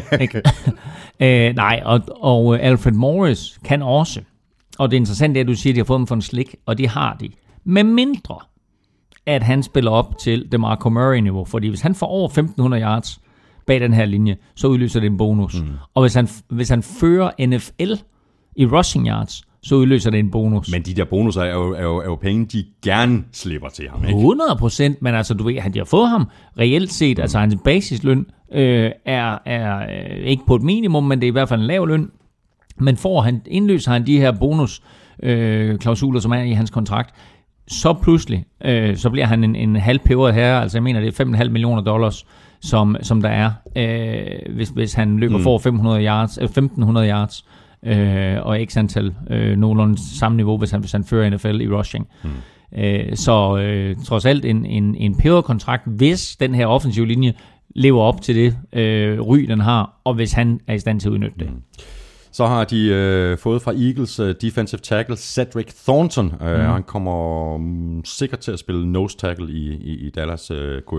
Nej, og Alfred Morris kan også. Og det interessante er, at du siger, at de har fået dem for en slik, og det har de. Med mindre, at han spiller op til DeMarco Murray-niveau. Fordi hvis han får over 1.500 yards bag den her linje, så udløser det en bonus. Og hvis han fører NFL i rushing yards, så udløser det en bonus. Men de der bonusser er jo penge, de gerne slipper til ham, ikke? 100%, men altså, du ved, at de har fået ham reelt set, altså hans basisløn er ikke på et minimum, men det er i hvert fald en lav løn. Men indløser han de her bonusklausuler, som er i hans kontrakt, så pludselig, så bliver han en halvpeberet herre, altså jeg mener, det er $5,5 million, som der er, hvis han løber for 1.500 yards, og x antal nogenlunde samme niveau, hvis han fører NFL i rushing. Så trods alt en peberet-kontrakt, hvis den her offensive linje lever op til det ry, den har, og hvis han er i stand til at udnytte det. Så har de fået fra Eagles defensive tackle Cedric Thornton. Han kommer sikkert til at spille nose tackle i Dallas, kunne